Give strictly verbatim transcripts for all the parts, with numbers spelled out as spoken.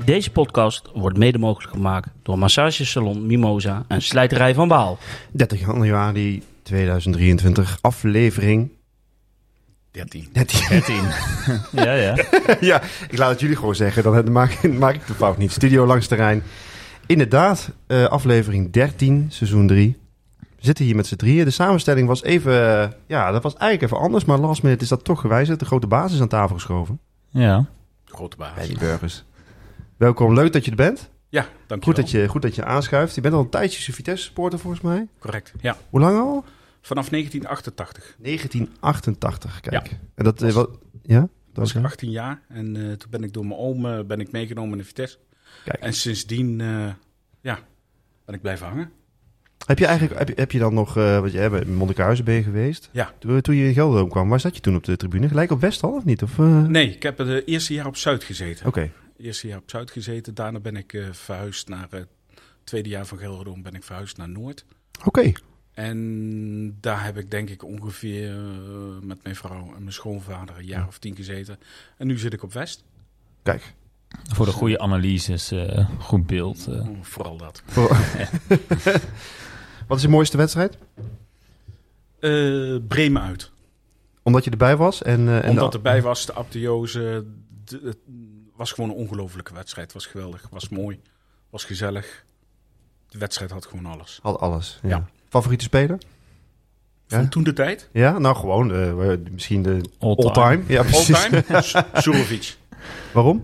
Deze podcast wordt mede mogelijk gemaakt door Massagesalon Mimosa en Slijterij van Baal. dertig januari tweeduizend drieëntwintig, aflevering... dertien. dertien. dertien. ja, ja. Ja, ik laat het jullie gewoon zeggen, dan maak, maak ik de fout niet. Studio Langs Terrein. Inderdaad, uh, aflevering dertien, seizoen drie. We zitten hier met z'n drieën. De samenstelling was even... Uh, ja, dat was eigenlijk even anders, maar last minute is dat toch gewijzigd. De grote baas is aan tafel geschoven. Ja. Grote baas. Bij die burgers. Welkom, leuk dat je er bent. Ja, dank je Goed wel. dat je, goed dat je aanschuift. Je bent al een tijdje Vitesse-supporter volgens mij. Correct, ja. Hoe lang al? Vanaf negentien achtentachtig. negentien achtentachtig, kijk. Ja. En dat Was- uh, wat, ja? Dat was was ik achttien jaar en uh, toen ben ik door mijn oom uh, ben ik meegenomen naar Vitesse. Kijk. En sindsdien uh, ja, ben ik blijven hangen. Heb je eigenlijk heb je, heb je dan nog, uh, wat je hebt in Monnikenhuizen ben je geweest? Ja. Toen, toen je in Gelderdoom kwam, waar zat je toen op de tribune? Gelijk op West al of niet? Of, uh... Nee, ik heb het eerste jaar op Zuid gezeten. Oké. Okay. Eerste jaar op Zuid gezeten. Daarna ben ik uh, verhuisd naar het uh, tweede jaar van Gelderdoom ben ik verhuisd naar Noord. Oké. Okay. En daar heb ik denk ik ongeveer uh, met mijn vrouw en mijn schoonvader een jaar of tien gezeten. En nu zit ik op West. Kijk. Voor de goede analyses, uh, goed beeld. Uh. Oh, vooral dat. Voor... Wat is de mooiste wedstrijd? Uh, Bremen uit. Omdat je erbij was? En, uh, en Omdat de... erbij was, de apotheose. De, het was gewoon een ongelofelijke wedstrijd. Het was geweldig, het was mooi, het was gezellig. De wedstrijd had gewoon alles. Had alles, ja. Ja. Favoriete speler? Van Ja? toen de tijd? Ja, nou gewoon uh, misschien de All-time. all-time. Ja, precies. All-time? Surovic. Waarom?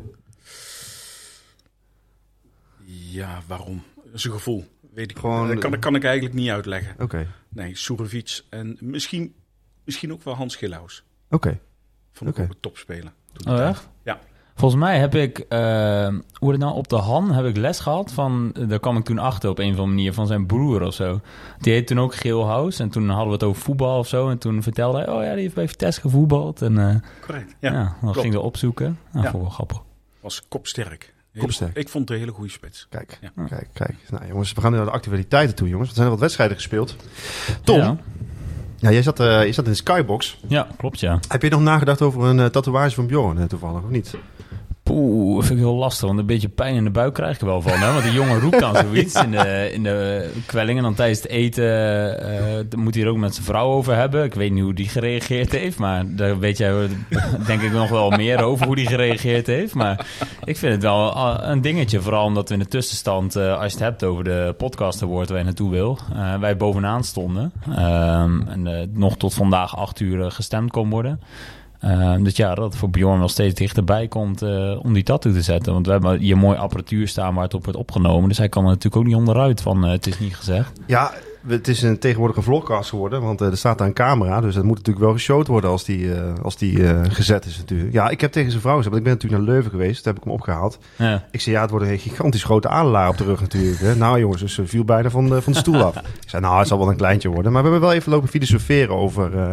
Ja, waarom? Zijn gevoel. Weet ik Gewoon- dat kan, kan ik eigenlijk niet uitleggen. Oké, okay. Nee, Surovic en misschien, misschien ook wel Hans Schilhaus. oké. Okay. Vond ik Oké. ook een topspeler. Toen de Oh, tijd. echt? Ja. Volgens mij heb ik, uh, hoe het nou, op de Han heb ik les gehad van, daar kwam ik toen achter op een of andere manier, van zijn broer of zo. Die heette toen ook Geelhuis en toen hadden we het over voetbal of zo. En toen vertelde hij, oh ja, die heeft bij Vitesse gevoetbald. En uh, Correct. ja, Ja, dan klopt. ging ik opzoeken. Nou, Ja. vond ik wel grappig. Was kopsterk. Heel- Kopsterk. Ik vond het een hele goede spits. Kijk, Ja. kijk, kijk. Nou jongens, we gaan nu naar de actualiteiten toe, jongens. Er zijn er wat wedstrijden gespeeld. Tom, ja. Ja, jij, zat, uh, je zat in de Skybox. ja klopt ja. Heb je nog nagedacht over een uh, tatoeage van Bjorn uh, toevallig, of niet? Poeh, vind ik heel lastig, want een beetje pijn in de buik krijg ik er wel van. Hè? Want die jongen roept dan zoiets in de, in de kwelling. En dan tijdens het eten uh, moet hij er ook met zijn vrouw over hebben. Ik weet niet hoe die gereageerd heeft, maar daar weet jij denk ik nog wel meer over hoe die gereageerd heeft. Maar ik vind het wel een dingetje, vooral omdat we in de tussenstand, uh, als je het hebt over de podcast award waar je naartoe wil, uh, wij bovenaan stonden. Um, en uh, nog tot vandaag acht uur uh, gestemd kon worden. Uh, dus ja, dat het voor Bjorn wel steeds dichterbij komt uh, om die tattoo te zetten. Want we hebben hier mooi apparatuur staan waar het op wordt opgenomen. Dus hij kan er natuurlijk ook niet onderuit van uh, het is niet gezegd. Ja, het is een, tegenwoordig een vlogcast geworden, want uh, er staat daar een camera. Dus dat moet natuurlijk wel geshowd worden als die, uh, als die uh, gezet is natuurlijk. Ja, ik heb tegen zijn vrouw gezegd, want ik ben natuurlijk naar Leuven geweest. Daar heb ik hem opgehaald. Ja. Ik zei, ja, het wordt een gigantisch grote adelaar op de rug natuurlijk. Hè. Nou jongens, dus ze viel bijna van de, van de stoel af. Ik zei, nou, het zal wel een kleintje worden. Maar we hebben wel even lopen filosoferen over, uh,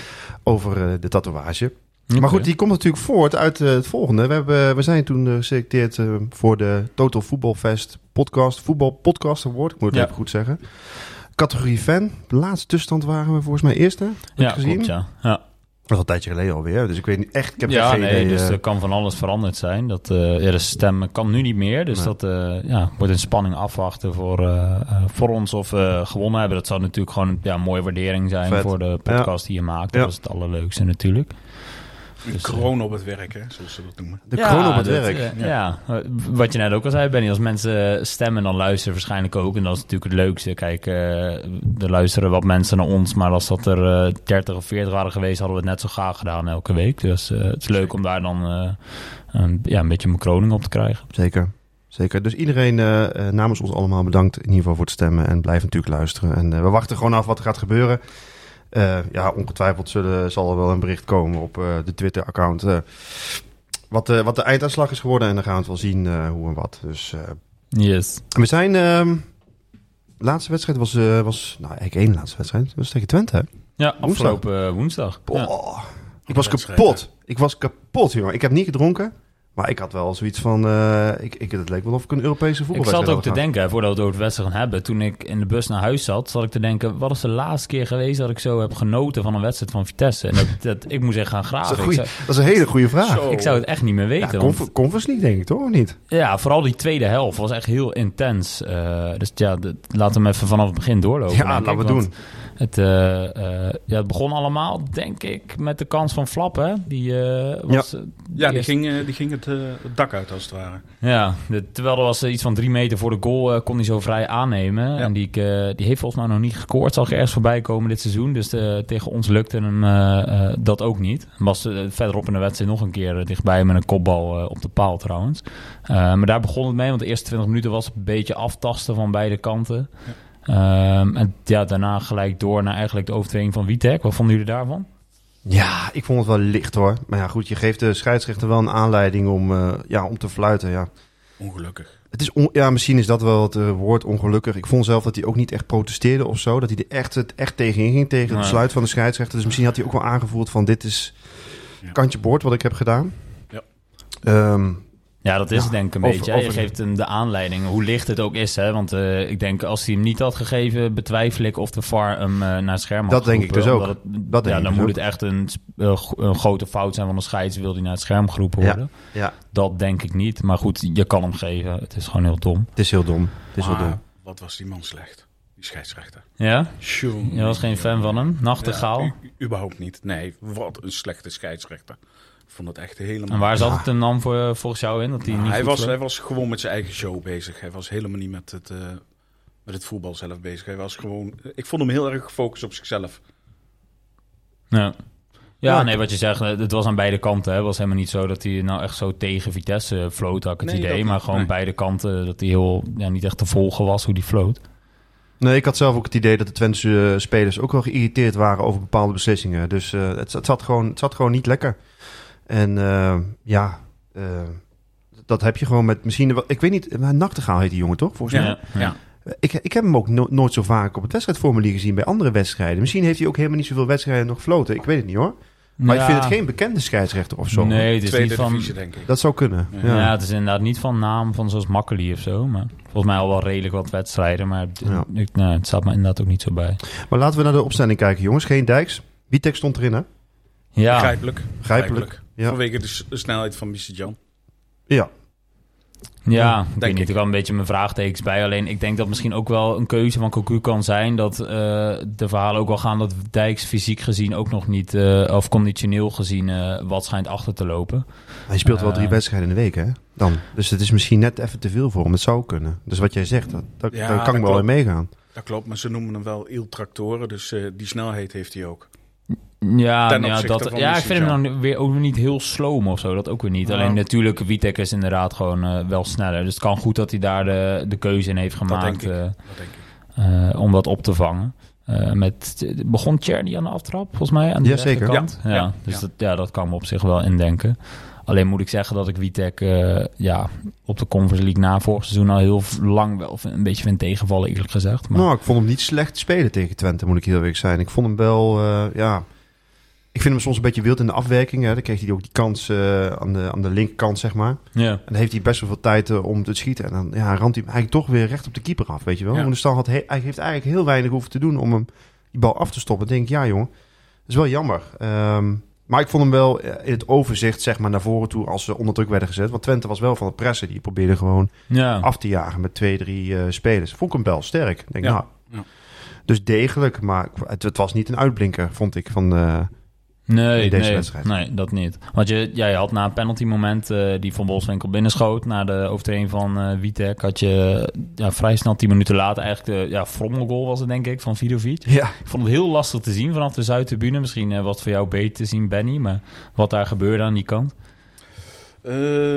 over uh, de tatoeage. Okay. Maar goed, die komt natuurlijk voort uit uh, het volgende. We, hebben, we zijn toen uh, geselecteerd uh, voor de Total Football Fest podcast, Voetbal Podcast Award. Ik moet het Ja. even goed zeggen. Categorie fan. De laatste tussenstand waren we volgens mij eerste. Heb Ja, ik gezien. klopt, ja. ja. Dat was al een tijdje geleden alweer. Dus ik weet niet echt. Ik heb Ja, geen nee, idee. dus uh, er kan van alles veranderd zijn. Dat, uh, ja, de stem kan nu niet meer. Dus Nee. dat uh, ja, wordt in spanning afwachten voor, uh, uh, voor ons of we uh, gewonnen hebben. Dat zou natuurlijk gewoon ja, een mooie waardering zijn Vet. voor de podcast die je maakt. Dat Ja. was het allerleukste natuurlijk. Een Dus, kroon op het werk, hè, zoals ze dat noemen. de Ja, kroon op het dat, werk. uh, ja. ja, wat je net ook al zei, Benny. Als mensen stemmen, dan luisteren waarschijnlijk ook. En dat is natuurlijk het leukste. Kijk, uh, er luisteren wat mensen naar ons. Maar als dat er uh, dertig of veertig waren geweest, hadden we het net zo graag gedaan elke week. Dus uh, het is leuk om daar dan uh, een, ja, een beetje mijn kroning op te krijgen. Zeker. Zeker. Dus iedereen uh, namens ons allemaal bedankt in ieder geval voor het stemmen. En blijf natuurlijk luisteren. En uh, we wachten gewoon af wat er gaat gebeuren. Uh, ja, ongetwijfeld zullen, zal er wel een bericht komen op uh, de Twitter-account. Uh, wat, uh, wat de einduitslag is geworden. En dan gaan we het wel zien uh, hoe en wat. Dus uh, Yes. we zijn... Uh, de laatste wedstrijd was... Uh, was nou, eigenlijk één laatste wedstrijd. Dat was tegen Twente, hè? Ja, Woensdag. afgelopen uh, woensdag. Ja. Oh, ik was wedstrijd, kapot. Ik was kapot, jongen. Ik heb niet gedronken. Maar ik had wel zoiets van... Uh, ik, ik, het leek wel of ik een Europese voetbalwedstrijd Ik zat ook te had. denken, voordat we het over de wedstrijd gaan hebben... toen ik in de bus naar huis zat, zat ik te denken... wat is de laatste keer geweest dat ik zo heb genoten van een wedstrijd van Vitesse? En dat, dat, ik moest echt gaan graven. Dat is een, goeie, zou, dat is een hele goede vraag. Zo. ik zou het echt niet meer weten. Ja, want, Conf- Conference League denk ik toch, of niet? ja, vooral die tweede helft was echt heel intens. Uh, dus ja, de, laten we hem even vanaf het begin doorlopen. Ja, denk laten ik, we want doen. Het, uh, uh, ja, het begon allemaal, denk ik, met de kans van Flap, hè? Die uh, was... Ja. Uh, Ja, die eerst... ging, uh, die ging het, uh, het dak uit, als het ware. Ja, de, terwijl er was uh, iets van drie meter voor de goal, uh, kon hij zo vrij aannemen. Ja. En die, uh, die heeft volgens mij nog niet gescoord. Zal ik ergens voorbij komen dit seizoen. Dus uh, tegen ons lukte hem uh, uh, dat ook niet. Was uh, verderop in de wedstrijd nog een keer uh, dichtbij met een kopbal uh, op de paal trouwens. Uh, maar daar begon het mee, want de eerste twintig minuten was een beetje aftasten van beide kanten. Ja. Um, en ja, daarna gelijk door naar eigenlijk de overtreding van Witek. Wat vonden jullie daarvan? Ja, ik vond het wel licht hoor. Maar ja, goed, je geeft de scheidsrechter wel een aanleiding om, uh, ja, om te fluiten. Ja. Ongelukkig. Het is on- ja, misschien is dat wel het uh, woord ongelukkig. Ik vond zelf dat hij ook niet echt protesteerde of zo. Dat hij er echt, het echt tegenin ging, tegen het Nee. besluit van de scheidsrechter. Dus misschien had hij ook wel aangevoeld van dit is Ja. kantje boord wat ik heb gedaan. Ja. Um, Ja, dat is Ja, het denk ik een over- beetje. Hè. Je over- geeft hem de aanleiding, hoe licht het ook is. Hè? Want uh, ik denk, als hij hem niet had gegeven... betwijfel ik of de V A R hem uh, naar het scherm had Dat denk ik geroepen, dus ook. omdat Het, Dat denk ja, ik dan dus moet ook. het echt een, uh, een grote fout zijn van de scheids... wil hij naar het scherm geroepen Ja. worden. ja, Dat denk ik niet. Maar goed, je kan hem geven. Het is gewoon heel dom. het is heel dom. Het is maar heel dom. wat was die man slecht, die scheidsrechter. Ja? Tjonge. Je was geen fan van hem? Nachtegaal? Ja, u- überhaupt niet. Nee, wat een slechte scheidsrechter. Ik vond het echt helemaal... En waar zat Ja. het hem dan voor, volgens jou in? Dat hij Nou, niet hij, goed was, vloog? hij was gewoon met zijn eigen show bezig. Hij was helemaal niet met het, uh, met het voetbal zelf bezig. Hij was gewoon... Ik vond hem heel erg gefocust op zichzelf. Ja. Ja, Ja, nee, wat je zegt, het was aan beide kanten. Het was helemaal niet zo dat hij nou echt zo tegen Vitesse floot, had ik het Nee, idee. dat Maar niet, gewoon nee. beide kanten, dat hij heel, ja, niet echt te volgen was hoe die floot. Nee, ik had zelf ook het idee dat de Twentse uh, spelers ook wel geïrriteerd waren over bepaalde beslissingen. Dus uh, het, het, zat gewoon, het zat gewoon niet lekker. En uh, ja, uh, dat heb je gewoon met misschien... Ik weet niet, Nachtegaal heet die jongen toch? Volgens mij. Ja, Ja. ja. Ik, ik heb hem ook no- nooit zo vaak op het wedstrijdformulier gezien bij andere wedstrijden. Misschien heeft hij ook helemaal niet zoveel wedstrijden nog gefloten. Ik weet het niet hoor. Maar Ja. ik vind het geen bekende scheidsrechter of zo. Nee, het is Tweede niet van... divisie, denk ik. Dat zou kunnen. Ja. Ja. Ja, het is inderdaad niet van naam van zoals Makkeli of zo. Maar volgens mij al wel redelijk wat wedstrijden. Maar Ja. ik, nou, het staat me inderdaad ook niet zo bij. Maar laten we naar de opstelling kijken, jongens. Geen Dijks. Witek stond erin, hè? Ja, Begrijpelijk. Begrijpelijk. Ja. Vanwege de, s- de snelheid van Missidjan. Ja. ja ik denk weet niet. ik. Er kwam een beetje mijn vraagtekens bij. Alleen ik denk dat misschien ook wel een keuze van Cocu kan zijn. Dat uh, de verhalen ook wel gaan dat Dijks fysiek gezien ook nog niet... Uh, of conditioneel gezien uh, wat schijnt achter te lopen. Hij speelt wel drie Uh, wedstrijden in de week, hè? Dan. Dus het is misschien net even te veel voor hem. Het zou kunnen. Dus wat jij zegt, dat, dat, Ja, daar kan dat ik wel in klopt. meegaan. Dat klopt, maar ze noemen hem wel Il Tractore. Dus uh, die snelheid heeft hij ook. Ja, Ten ja, opzichte dat, van ja ik vind hem Missidjan. dan weer ook niet heel sloom of zo. Dat ook weer niet. Nou. Alleen natuurlijk, Witek is inderdaad gewoon uh, wel sneller. Dus het kan goed dat hij daar de, de keuze in heeft Dat gemaakt denk ik. uh, Dat denk ik. uh, om dat op te vangen. Uh, met, begon Tjerni aan de aftrap, volgens mij, aan de Ja, zeker. rechterkant? Ja, Ja, ja, ja, dus ja. Dat, ja, dat kan me op zich wel indenken. Alleen moet ik zeggen dat ik Witek uh, ja, op de Conference League na vorig seizoen al heel lang wel een beetje vind tegenvallen, eerlijk gezegd. Maar... Nou, ik vond hem niet slecht spelen tegen Twente, moet ik heel eerlijk zijn. Ik vond hem wel, uh, ja... Ik vind hem soms een beetje wild in de afwerking. Hè. Dan kreeg hij ook die kans uh, aan, de, aan de linkerkant, zeg maar. Ja. En dan heeft hij best wel veel tijd uh, om te schieten. En dan ja, ramt hij hem eigenlijk toch weer recht op de keeper af, weet je wel. Ja. Dus dan had hij, hij heeft eigenlijk heel weinig hoeven te doen om hem die bal af te stoppen. Dan denk ik, ja jongen, dat is wel jammer. Um, maar ik vond hem wel in het overzicht, zeg maar, naar voren toe als ze onder druk werden gezet. Want Twente was wel van het pressen. Die probeerde gewoon Ja. af te jagen met twee, drie uh, spelers. Vond ik hem wel sterk. Ik denk, Ja. nou, Ja. dus degelijk. Maar het, het was niet een uitblinker, vond ik, van... Uh, Nee, in deze nee, wedstrijd. nee, dat niet. Want je, ja, je had na een penalty moment uh, die Van Bolswinkel binnenschoot, na de overtreding van uh, Witek, had je ja, vrij snel tien minuten later eigenlijk de ja, frommelgoal was het denk ik, van Vidovic. ja. Ik vond het heel lastig te zien vanaf de Zuidtribune. Misschien uh, was het voor jou beter te zien, Benny, maar wat daar gebeurde aan die kant. Uh,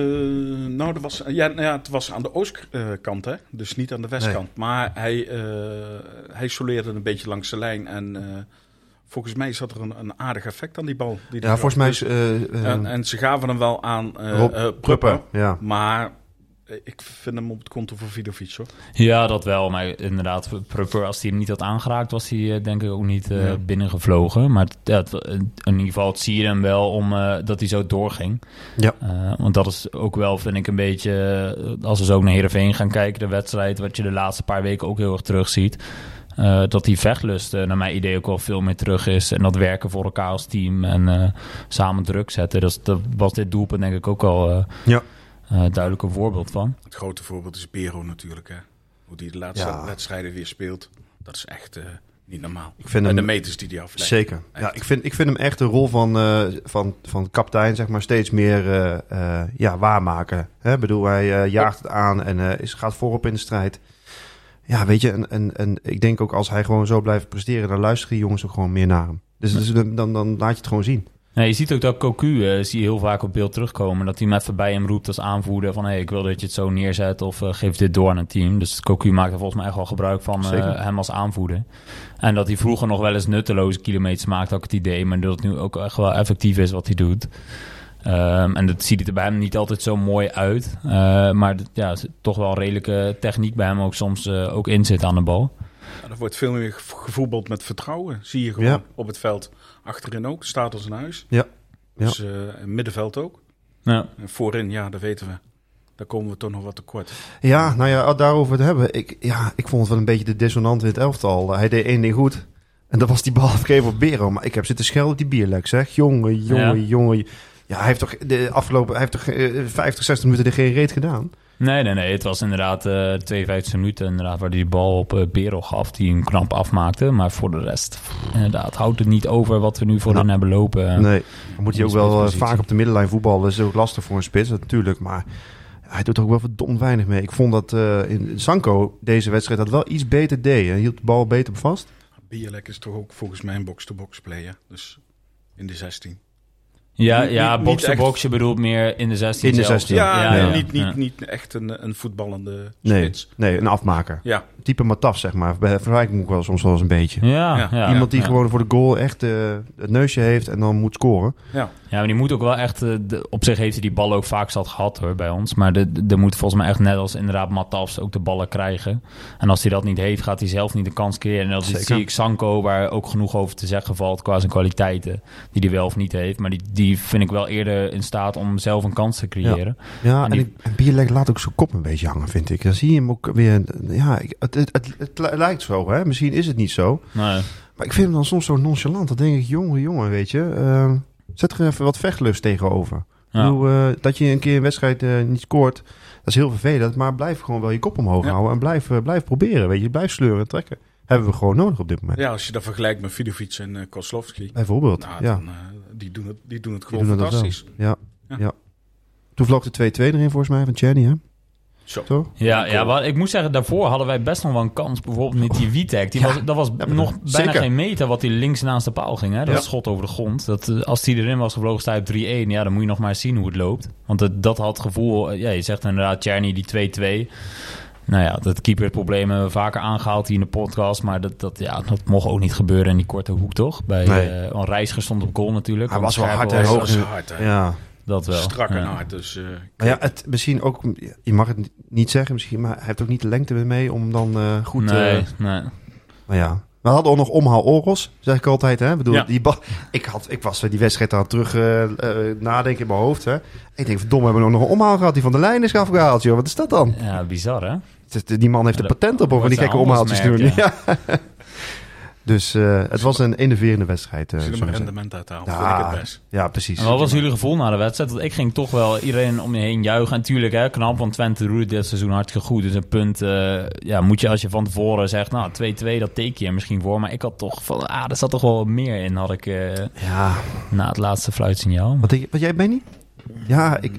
nou, dat was, ja, nou ja, het was aan de oostkant, hè? Dus niet aan de westkant. Nee. Maar hij, uh, hij soleerde een beetje langs de lijn. En uh, volgens mij zat er een, een aardig effect aan die bal. Die Ja, volgens mij is... Uh, uh, en, en ze gaven hem wel aan uh, Rob uh, Prupper, Prupper. ja. Maar Ik vind hem op het konto voor Vidovic, hoor. Ja, dat wel. Maar inderdaad, Prupper, als hij hem niet had aangeraakt, was hij uh, denk ik ook niet uh, Ja. binnengevlogen. Maar ja, het, in ieder geval, het zie je hem wel om, uh, dat hij zo doorging. Ja. Uh, want dat is ook wel, vind ik, een beetje... Uh, als we zo naar Heerenveen gaan kijken, de wedstrijd... wat je de laatste paar weken ook heel erg terug ziet... Uh, dat die vechtlust, uh, naar mijn idee, ook wel veel meer terug is. En dat werken voor elkaar als team en uh, samen druk zetten. Dus dat was dit doelpunt denk ik ook al... Uh, Ja. Uh, duidelijk een voorbeeld van. Het grote voorbeeld is Bero natuurlijk, hè. Hoe die de laatste Ja. wedstrijden weer speelt. Dat is echt uh, niet normaal. Ik vind en hem, de meters die hij aflegt. zeker. Ja, ik, vind, ik vind hem echt de rol van, uh, van, van kapitein, zeg maar, steeds meer uh, uh, ja, waarmaken. Hè? Ik bedoel, hij uh, jaagt het aan en uh, is, gaat voorop in de strijd. Ja, weet je, en, en, en ik denk ook als hij gewoon zo blijft presteren, dan luisteren die jongens ook gewoon meer naar hem. Dus, dus dan, dan laat je het gewoon zien. Nee, je ziet ook dat Cocu, uh, zie je heel vaak op beeld terugkomen. Dat hij met voorbij hem roept als aanvoerder van... hey, ik wil dat je het zo neerzet of uh, geef dit door aan het team. Dus Cocu maakt er volgens mij echt wel gebruik van uh, hem als aanvoerder. En dat hij vroeger nog wel eens nutteloze kilometers maakt, ook het idee. Maar dat het nu ook echt wel effectief is wat hij doet. Um, en dat ziet er bij hem niet altijd zo mooi uit. Uh, maar d- ja, toch wel redelijke techniek bij hem ook soms uh, ook in zit aan de bal. Ja, er wordt veel meer gevoetbald met vertrouwen. Zie je gewoon Ja. op het veld. Achterin ook. Staat als een huis. Ja. Ja. Dus uh, middenveld ook. Ja. En voorin, ja, dat weten we. Daar komen we toch nog wat tekort. Ja, nou ja, daarover te hebben. Ik, ja, ik vond het wel een beetje de dissonant in het elftal. Hij deed één ding goed. En dat was die bal afgeven op Bero. Maar ik heb zitten schelden op die bierlek, zeg. Jongen, jongen, Ja. jongen. Ja, hij heeft toch de afgelopen... Hij heeft toch uh, vijftig, zestig minuten er geen reet gedaan? Nee, nee, nee. Het was inderdaad uh, tweeënvijftig minuten inderdaad, waar hij die bal op uh, Bero gaf, die hem knap afmaakte. Maar voor de rest, inderdaad, houdt het niet over wat we nu voor Nou, hen hebben lopen. Nee, dan moet hij ook wel uh, spitspositie. vaak op de middenlijn voetballen. Dat is ook lastig voor een spits, natuurlijk. Maar hij doet er ook wel verdomd weinig mee. Ik vond dat uh, in Sanko deze wedstrijd dat wel iets beter deed. Hij hield de bal beter vast. Bierlek is toch ook volgens mij een box-to-box player. Dus in de zestien. Ja, Niet- ja, niet- box-to-box, niet je bedoelt meer in de zestien In de zelf. zestien. Ja, Ja, nee, ja, niet, niet, ja. niet echt een, een voetballende Nee, spits. nee, een afmaker. Ja, Type Mataf, zeg maar. Bij vergelijking ook wel soms wel eens een beetje. Ja, Ja. ja, Iemand die ja. gewoon voor de goal echt uh, het neusje heeft en dan moet scoren. ja. Ja, maar die moet ook wel echt... uh, de, op zich heeft hij die ballen ook vaak zat gehad hoor, bij ons. Maar de, de, de moet volgens mij echt net als inderdaad Matafs ook de ballen krijgen. En als hij dat niet heeft, gaat hij zelf niet de kans creëren. En dat Zeker. zie ik Sanko, waar ook genoeg over te zeggen valt qua zijn kwaliteiten. Die hij wel of niet heeft. Maar die, die vind ik wel eerder in staat om zelf een kans te creëren. Ja, En en, die- ik, en Bierlek laat ook zijn kop een beetje hangen, vind ik. Dan zie je hem ook weer... Ja, ik- het, het, het, het lijkt zo, hè. Misschien is het niet zo. Nee. Maar ik vind hem dan soms zo nonchalant. Dan denk ik, jongen, jongen, weet je... Uh, zet er even wat vechtlust tegenover. Ja. Ik bedoel, uh, dat je een keer een wedstrijd uh, niet scoort, dat is heel vervelend. Maar blijf gewoon wel je kop omhoog Ja. houden. En blijf, uh, blijf proberen, weet je. Blijf sleuren en trekken. Hebben we gewoon nodig op dit moment. ja, als je dat vergelijkt met Vidovic en uh, Kozlowski. Bijvoorbeeld, Nou, ja. dan, uh, die, doen het, die doen het Die gewoon doen dat wel. fantastisch. Ja, Ja. ja. Toen vloog de twee-twee erin volgens mij van Tjerni, hè? Zo. Zo? Ja, ja, maar ik moet zeggen, daarvoor hadden wij best nog wel een kans. Bijvoorbeeld met die Witek. Die Ja. was, dat was maar nog dat- bijna zeker. geen meter wat hij links naast de paal ging. Hè? Dat Ja. schot over de grond. Dat, eh, als die erin was gevlogen, sta je op drie-één. Ja, dan moet je nog maar eens zien hoe het loopt. Want het, dat had het gevoel... eh, Ja, je zegt inderdaad, Tjerni die twee-twee. Nou ja, dat keeperprobleem hebben we vaker aangehaald hier in de podcast. Maar dat, dat, ja, dat mocht ook niet gebeuren in die korte hoek, toch? Bij, Nee. eh, want Reiziger stond op goal natuurlijk. Hij Want was wel Scherpen hard en Dat hoog. is in- hard, hè. Ja. Dat wel. Strak en Ja. hard. Dus, uh, Maar ja, het misschien ook... Je mag het niet zeggen misschien, maar hij heeft ook niet de lengte mee om dan uh, goed... Nee, uh, nee. Maar ja, we hadden ook nog omhaal Oros, zeg ik altijd. Hè? Ik bedoel, Ja. die bal, ik, had, ik was die wedstrijd aan het terug uh, uh, nadenken in mijn hoofd. Hè? Ik denk, verdomme, hebben we nog een omhaal gehad die van de lijn is afgehaald. Joh. Wat is dat dan? Ja, bizar hè? Het is- Die man heeft Ja, een dat- patent op om van die dat gekke is een omhaaltjes te doen. handelsmerk, Ja. Dus uh, het was een enerverende wedstrijd. Uh, als je er zullen maar we zeggen. rendement uit haalt, Ja. vind ik het best. Ja, precies. En wat was jullie gevoel na de wedstrijd? Want ik ging toch wel iedereen om je heen juichen. En natuurlijk, hè, knap, want Twente doet dit seizoen hartstikke goed. Dus een punt, uh, ja, moet je als je van tevoren zegt, nou, twee-twee, dat teken je er misschien voor. Maar ik had toch van, ah, er zat toch wel meer in, had ik uh, Ja, na het laatste fluitsignaal. wat, denk je- wat jij bent niet? Ja, ik...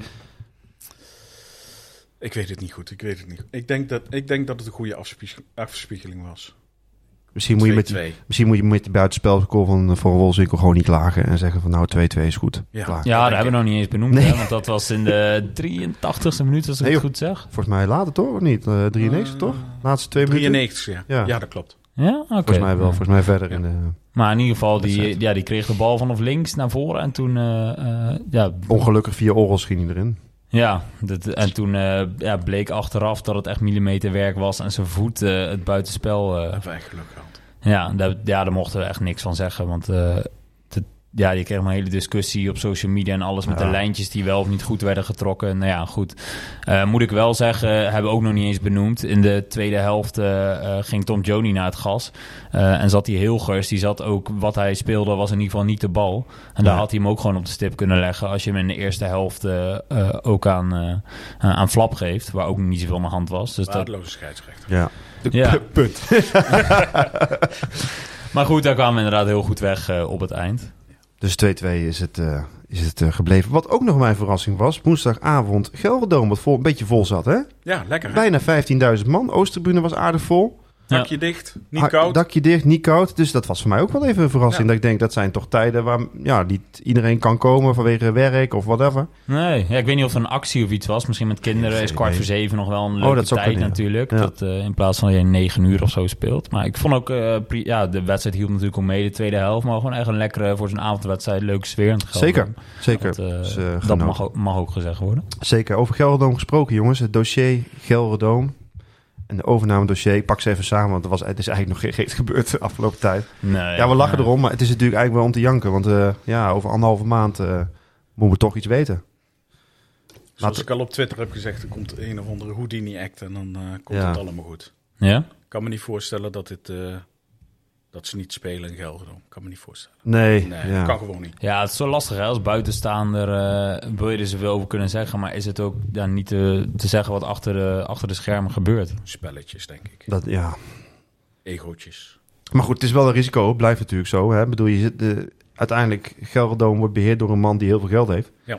Ik weet het niet goed. Ik weet het niet. Ik denk dat, ik denk dat het een goede afspiegel- afspiegeling was. Misschien moet, je met, twee-twee. misschien moet je met de buitenspelscore van, van Wolfswinkel gewoon niet klagen. En zeggen van nou, twee-twee is goed. Ja. Klaar. Ja, dat hebben we nog niet eens benoemd, Nee. hè, want dat was in de drieëntachtigste minuut, als ik Nee, het joh. goed zeg. Volgens mij later toch, of niet? Uh, drieënnegentig Uh, toch? Laatste twee minuten? drieënnegentig, ja. Ja. ja. dat klopt. Ja, oké. Volgens mij wel. Volgens mij verder in de... Maar in ieder geval, die, Wedstrijd. ja, die kreeg de bal vanaf links naar voren. En toen, uh, uh, ja, Ongelukkig via Oros ging hij erin. Ja, dat, en toen uh, ja, bleek achteraf dat het echt millimeterwerk was en zijn voet uh, het buitenspel... Uh, Dat wij geluk gehad. Ja, daar, ja, daar mochten we echt niks van zeggen, want... Uh, Ja, je kreeg een hele discussie op social media en alles met ja. de lijntjes die wel of niet goed werden getrokken. Nou ja, goed. Uh, moet ik wel zeggen, hebben we ook nog niet eens benoemd. In de tweede helft uh, ging Tom Johnny naar het gas. Uh, en zat hij Hilgers, die zat ook, wat hij speelde was in ieder geval niet de bal. En daar ja. had hij hem ook gewoon op de stip kunnen leggen als je hem in de eerste helft uh, uh, ook aan, uh, aan Flap geeft. Waar ook niet zoveel aan de hand was. Dus waardeloze dat... scheidsrechter. Ja, de ja. punt. Maar goed, daar kwamen we inderdaad heel goed weg uh, op het eind. Dus twee-twee is het, uh, is het uh, gebleven. Wat ook nog mijn verrassing was, woensdagavond Gelredome, wat vol, een beetje vol zat, hè? Ja, lekker. Hè? Bijna vijftienduizend man. Oosttribune was aardig vol. Dakje ja. dicht, niet ha- koud. Dakje dicht, niet koud. Dus dat was voor mij ook wel even een verrassing. Ja. Dat ik denk, dat zijn toch tijden waar ja, niet iedereen kan komen vanwege werk of whatever. Nee, ja, ik weet niet of er een actie of iets was. Misschien met kinderen is kwart voor zeven nog wel een leuke oh, dat tijd kunnen, natuurlijk. Ja. Dat uh, in plaats van dat je negen uur of zo speelt. Maar ik vond ook, uh, pri- ja, de wedstrijd hielp natuurlijk om mee, de tweede helft. Maar gewoon echt een lekkere, voor zo'n avondwedstrijd, leuke sfeer aan het Zeker, zeker. Dat, uh, dus, uh, dat mag, ook, mag ook gezegd worden. Zeker. Over Gelredome gesproken, jongens. Het dossier Gelredome. En de overname dossier, ik pak ze even samen, want er was, het is eigenlijk nog geen reet gebeurd de afgelopen tijd. Nee, ja, we lachen nee. erom, maar het is natuurlijk eigenlijk wel om te janken. Want uh, ja, over anderhalve maand uh, moeten we toch iets weten. Zoals Laat... ik al op Twitter heb gezegd, er komt een of andere Houdini-act en dan uh, komt ja. het allemaal goed. Ja? Ik kan me niet voorstellen dat, dit, uh, dat ze niet spelen in Gelredome. Ik kan me niet voorstellen. Nee, nee ja. dat kan gewoon niet. Ja, het is zo lastig hè. Als buitenstaander uh, wil je er zoveel over kunnen zeggen, maar is het ook ja, niet te, te zeggen wat achter de, achter de schermen gebeurt? Spelletjes, denk ik. Dat, ja. Egootjes. Maar goed, het is wel een risico. Het blijft natuurlijk zo. Hè? Ik bedoel, je zit de, uiteindelijk, Gelredome wordt beheerd door een man die heel veel geld heeft. Ja.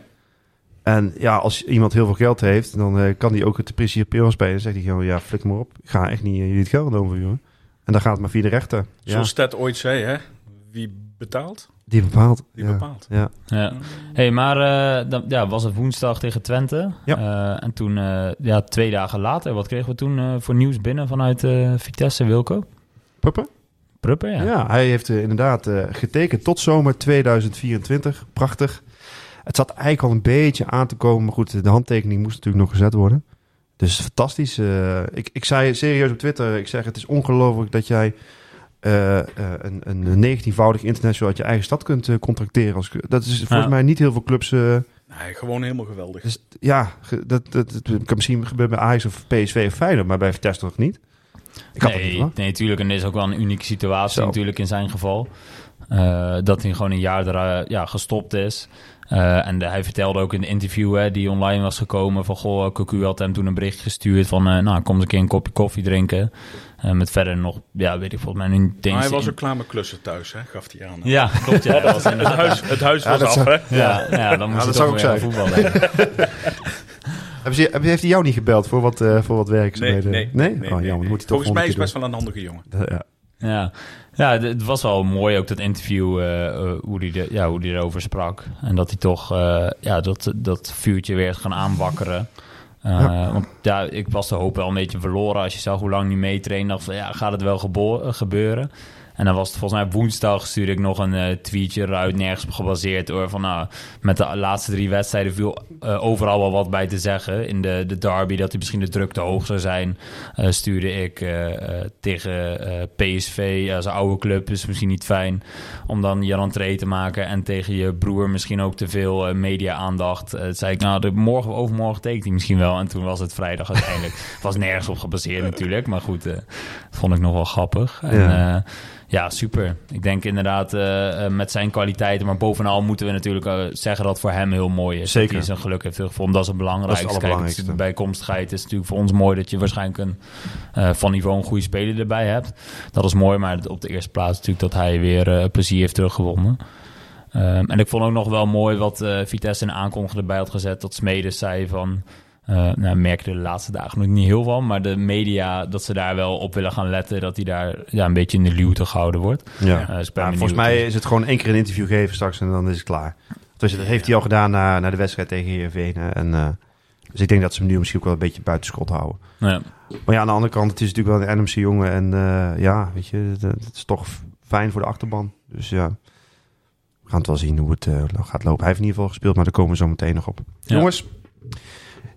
En ja, als iemand heel veel geld heeft, dan uh, kan hij ook het principieel spelen. Dan zegt hij gewoon, ja, flik maar op. Ik ga echt niet uh, jullie het Gelredome verhuren. En dan gaat het maar via de rechter. Ja. Zoals Ted ooit zei, hè? Wie betaalt? Die bepaalt. Die ja. bepaalt. Ja. Ja. Hey, maar uh, dan, ja, was het woensdag tegen Twente. Ja. Uh, en toen, uh, ja, twee dagen later, wat kregen we toen uh, voor nieuws binnen vanuit uh, Vitesse, Wilco? Pruppen? Pruppen, ja. Ja, hij heeft uh, inderdaad uh, getekend tot zomer tweeduizend vierentwintig. Prachtig. Het zat eigenlijk al een beetje aan te komen. Maar goed, de handtekening moest natuurlijk nog gezet worden. Dus fantastisch. Uh, ik, ik zei serieus op Twitter, ik zeg het is ongelooflijk dat jij uh, uh, een, een negentienvoudig international uit je eigen stad kunt uh, contracteren. Als, dat is volgens ja. mij niet heel veel clubs... Uh, nee, gewoon helemaal geweldig. Dus, ja, dat, dat, dat kan misschien gebeuren bij Ajax of P S V of Feyenoord, maar bij Vitesse toch niet? Ik had nee, het nee, natuurlijk. En dit is ook wel een unieke situatie Zo. natuurlijk in zijn geval. Uh, dat hij gewoon een jaar er, uh, ja, gestopt is. Uh, en de, hij vertelde ook in een interview hè, die online was gekomen van goh, Cocu had hem toen een bericht gestuurd van uh, nou, kom eens een keer een kopje koffie drinken. Uh, met verder nog, ja, weet ik volgens mij nu... Maar hij was ook klaar met klussen thuis, hè? Gaf hij aan. Hè? Ja, klopt. Ja, dat was het huis, het huis ja, was af, zou... hè? Ja, ja, dan moest ja, hij toch weer aan voetbal leggen. Ze, heeft hij jou niet gebeld voor wat, uh, voor wat werkzaamheden? Nee, nee. nee, nee? Oh, nee, jammer, nee. Moet hij Volgens mij is het best wel een handige jongen. Ja. Ja, ja, het was wel mooi ook dat interview, uh, hoe hij de, ja, hoe hij erover sprak. En dat hij toch uh, ja, dat, dat vuurtje weer gaan aanwakkeren. Uh, ja. Want ja, ik was de hoop wel een beetje verloren als je zag hoe lang niet meetrainde. Dacht van, ja, gaat het wel gebo- gebeuren? En dan was het volgens mij woensdag stuurde ik nog een uh, tweetje eruit, nergens op gebaseerd. Hoor, van, nou, met de laatste drie wedstrijden viel uh, overal wel wat bij te zeggen. In de, de derby dat hij misschien de druk te hoog zou zijn, uh, stuurde ik uh, uh, tegen uh, P S V. Ja, zijn oude club is misschien niet fijn om dan je rentree te maken. En tegen je broer misschien ook te veel uh, media-aandacht. Uh, zei ik, nou, de morgen of overmorgen tekent hij misschien wel. En toen was het vrijdag uiteindelijk. Het was nergens op gebaseerd natuurlijk. Maar goed, uh, dat vond ik nog wel grappig. En, ja. Uh, Ja, super. Ik denk inderdaad uh, met zijn kwaliteiten. Maar bovenal moeten we natuurlijk uh, zeggen dat het voor hem heel mooi is. Zeker. Dat hij zijn geluk heeft gevonden. Dat is het belangrijkste. Dat is het allerbelangrijkste. Kijk, bijkomstigheid is natuurlijk voor ons mooi dat je waarschijnlijk een uh, van niveau een goede speler erbij hebt. Dat is mooi, maar op de eerste plaats natuurlijk dat hij weer uh, plezier heeft teruggewonnen. Um, en ik vond ook nog wel mooi wat uh, Vitesse in de aankondiging erbij had gezet. Dat Smedes zei van... Uh, nou, merkte de laatste dagen nog niet heel van, maar de media, dat ze daar wel op willen gaan letten, dat hij daar ja, een beetje in de luwte gehouden wordt. Ja. Uh, dus ja, volgens mij is het gewoon één keer een interview geven straks en dan is het klaar. Dus dat heeft hij al gedaan na, na de wedstrijd tegen Heerenveen. En, uh, dus ik denk dat ze hem nu misschien ook wel een beetje buitenschot houden. Ja. Maar ja, aan de andere kant, het is natuurlijk wel een N M C-jongen en uh, ja, weet je, het is toch fijn voor de achterban. Dus ja, we gaan het wel zien hoe het uh, gaat lopen. Hij heeft in ieder geval gespeeld, maar daar komen we zo meteen nog op. Ja. Jongens...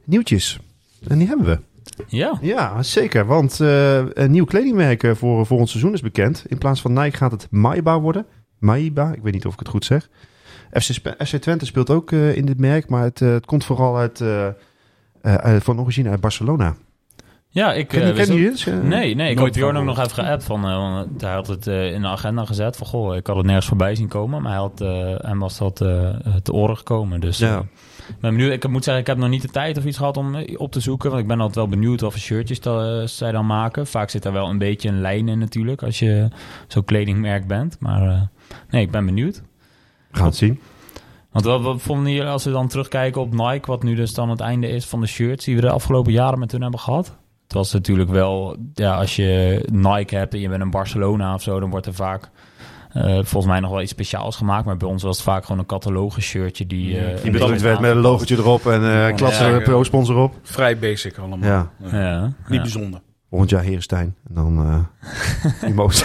nieuwtjes. En die hebben we. Ja. Ja, zeker. Want uh, een nieuw kledingmerk uh, voor volgend seizoen is bekend. In plaats van Nike gaat het Maiba worden. Maiba, ik weet niet of ik het goed zeg. F C, Sp- F C Twente speelt ook uh, in dit merk, maar het, uh, het komt vooral uit, uh, uh, van origine uit Barcelona. Ja, ik... Ken, Uh, ken je het? Uh, nee, nee. Ik nooit had Bjorn ook van nog even geappt van... Uh, hij had het uh, in de agenda gezet van... Goh, ik had het nergens voorbij zien komen. Maar hij had, uh, hem was dat uh, te oren gekomen. Dus Ja. uh, ik ben benieuwd. Ik moet zeggen, ik heb nog niet de tijd of iets gehad om op te zoeken. Want ik ben altijd wel benieuwd wat voor shirtjes dat, uh, zij dan maken. Vaak zit daar wel een beetje een lijn in natuurlijk. Als je zo'n kledingmerk bent. Maar uh, nee, ik ben benieuwd. We gaan het zien. Want wat, wat vonden jullie als we dan terugkijken op Nike... wat nu dus dan het einde is van de shirts... die we de afgelopen jaren met hun hebben gehad? Het was natuurlijk wel... ja, als je Nike hebt en je bent in Barcelona of zo... dan wordt er vaak uh, volgens mij nog wel iets speciaals gemaakt. Maar bij ons was het vaak gewoon een catalogus shirtje... die, uh, Die bedrukt werd met een logotje erop en uh, klatsen Ja, er een pro-sponsor op. Vrij basic allemaal. Ja. Ja. Ja, Niet ja. bijzonder. Volgend jaar Herenstein. En dan uh, die Moos.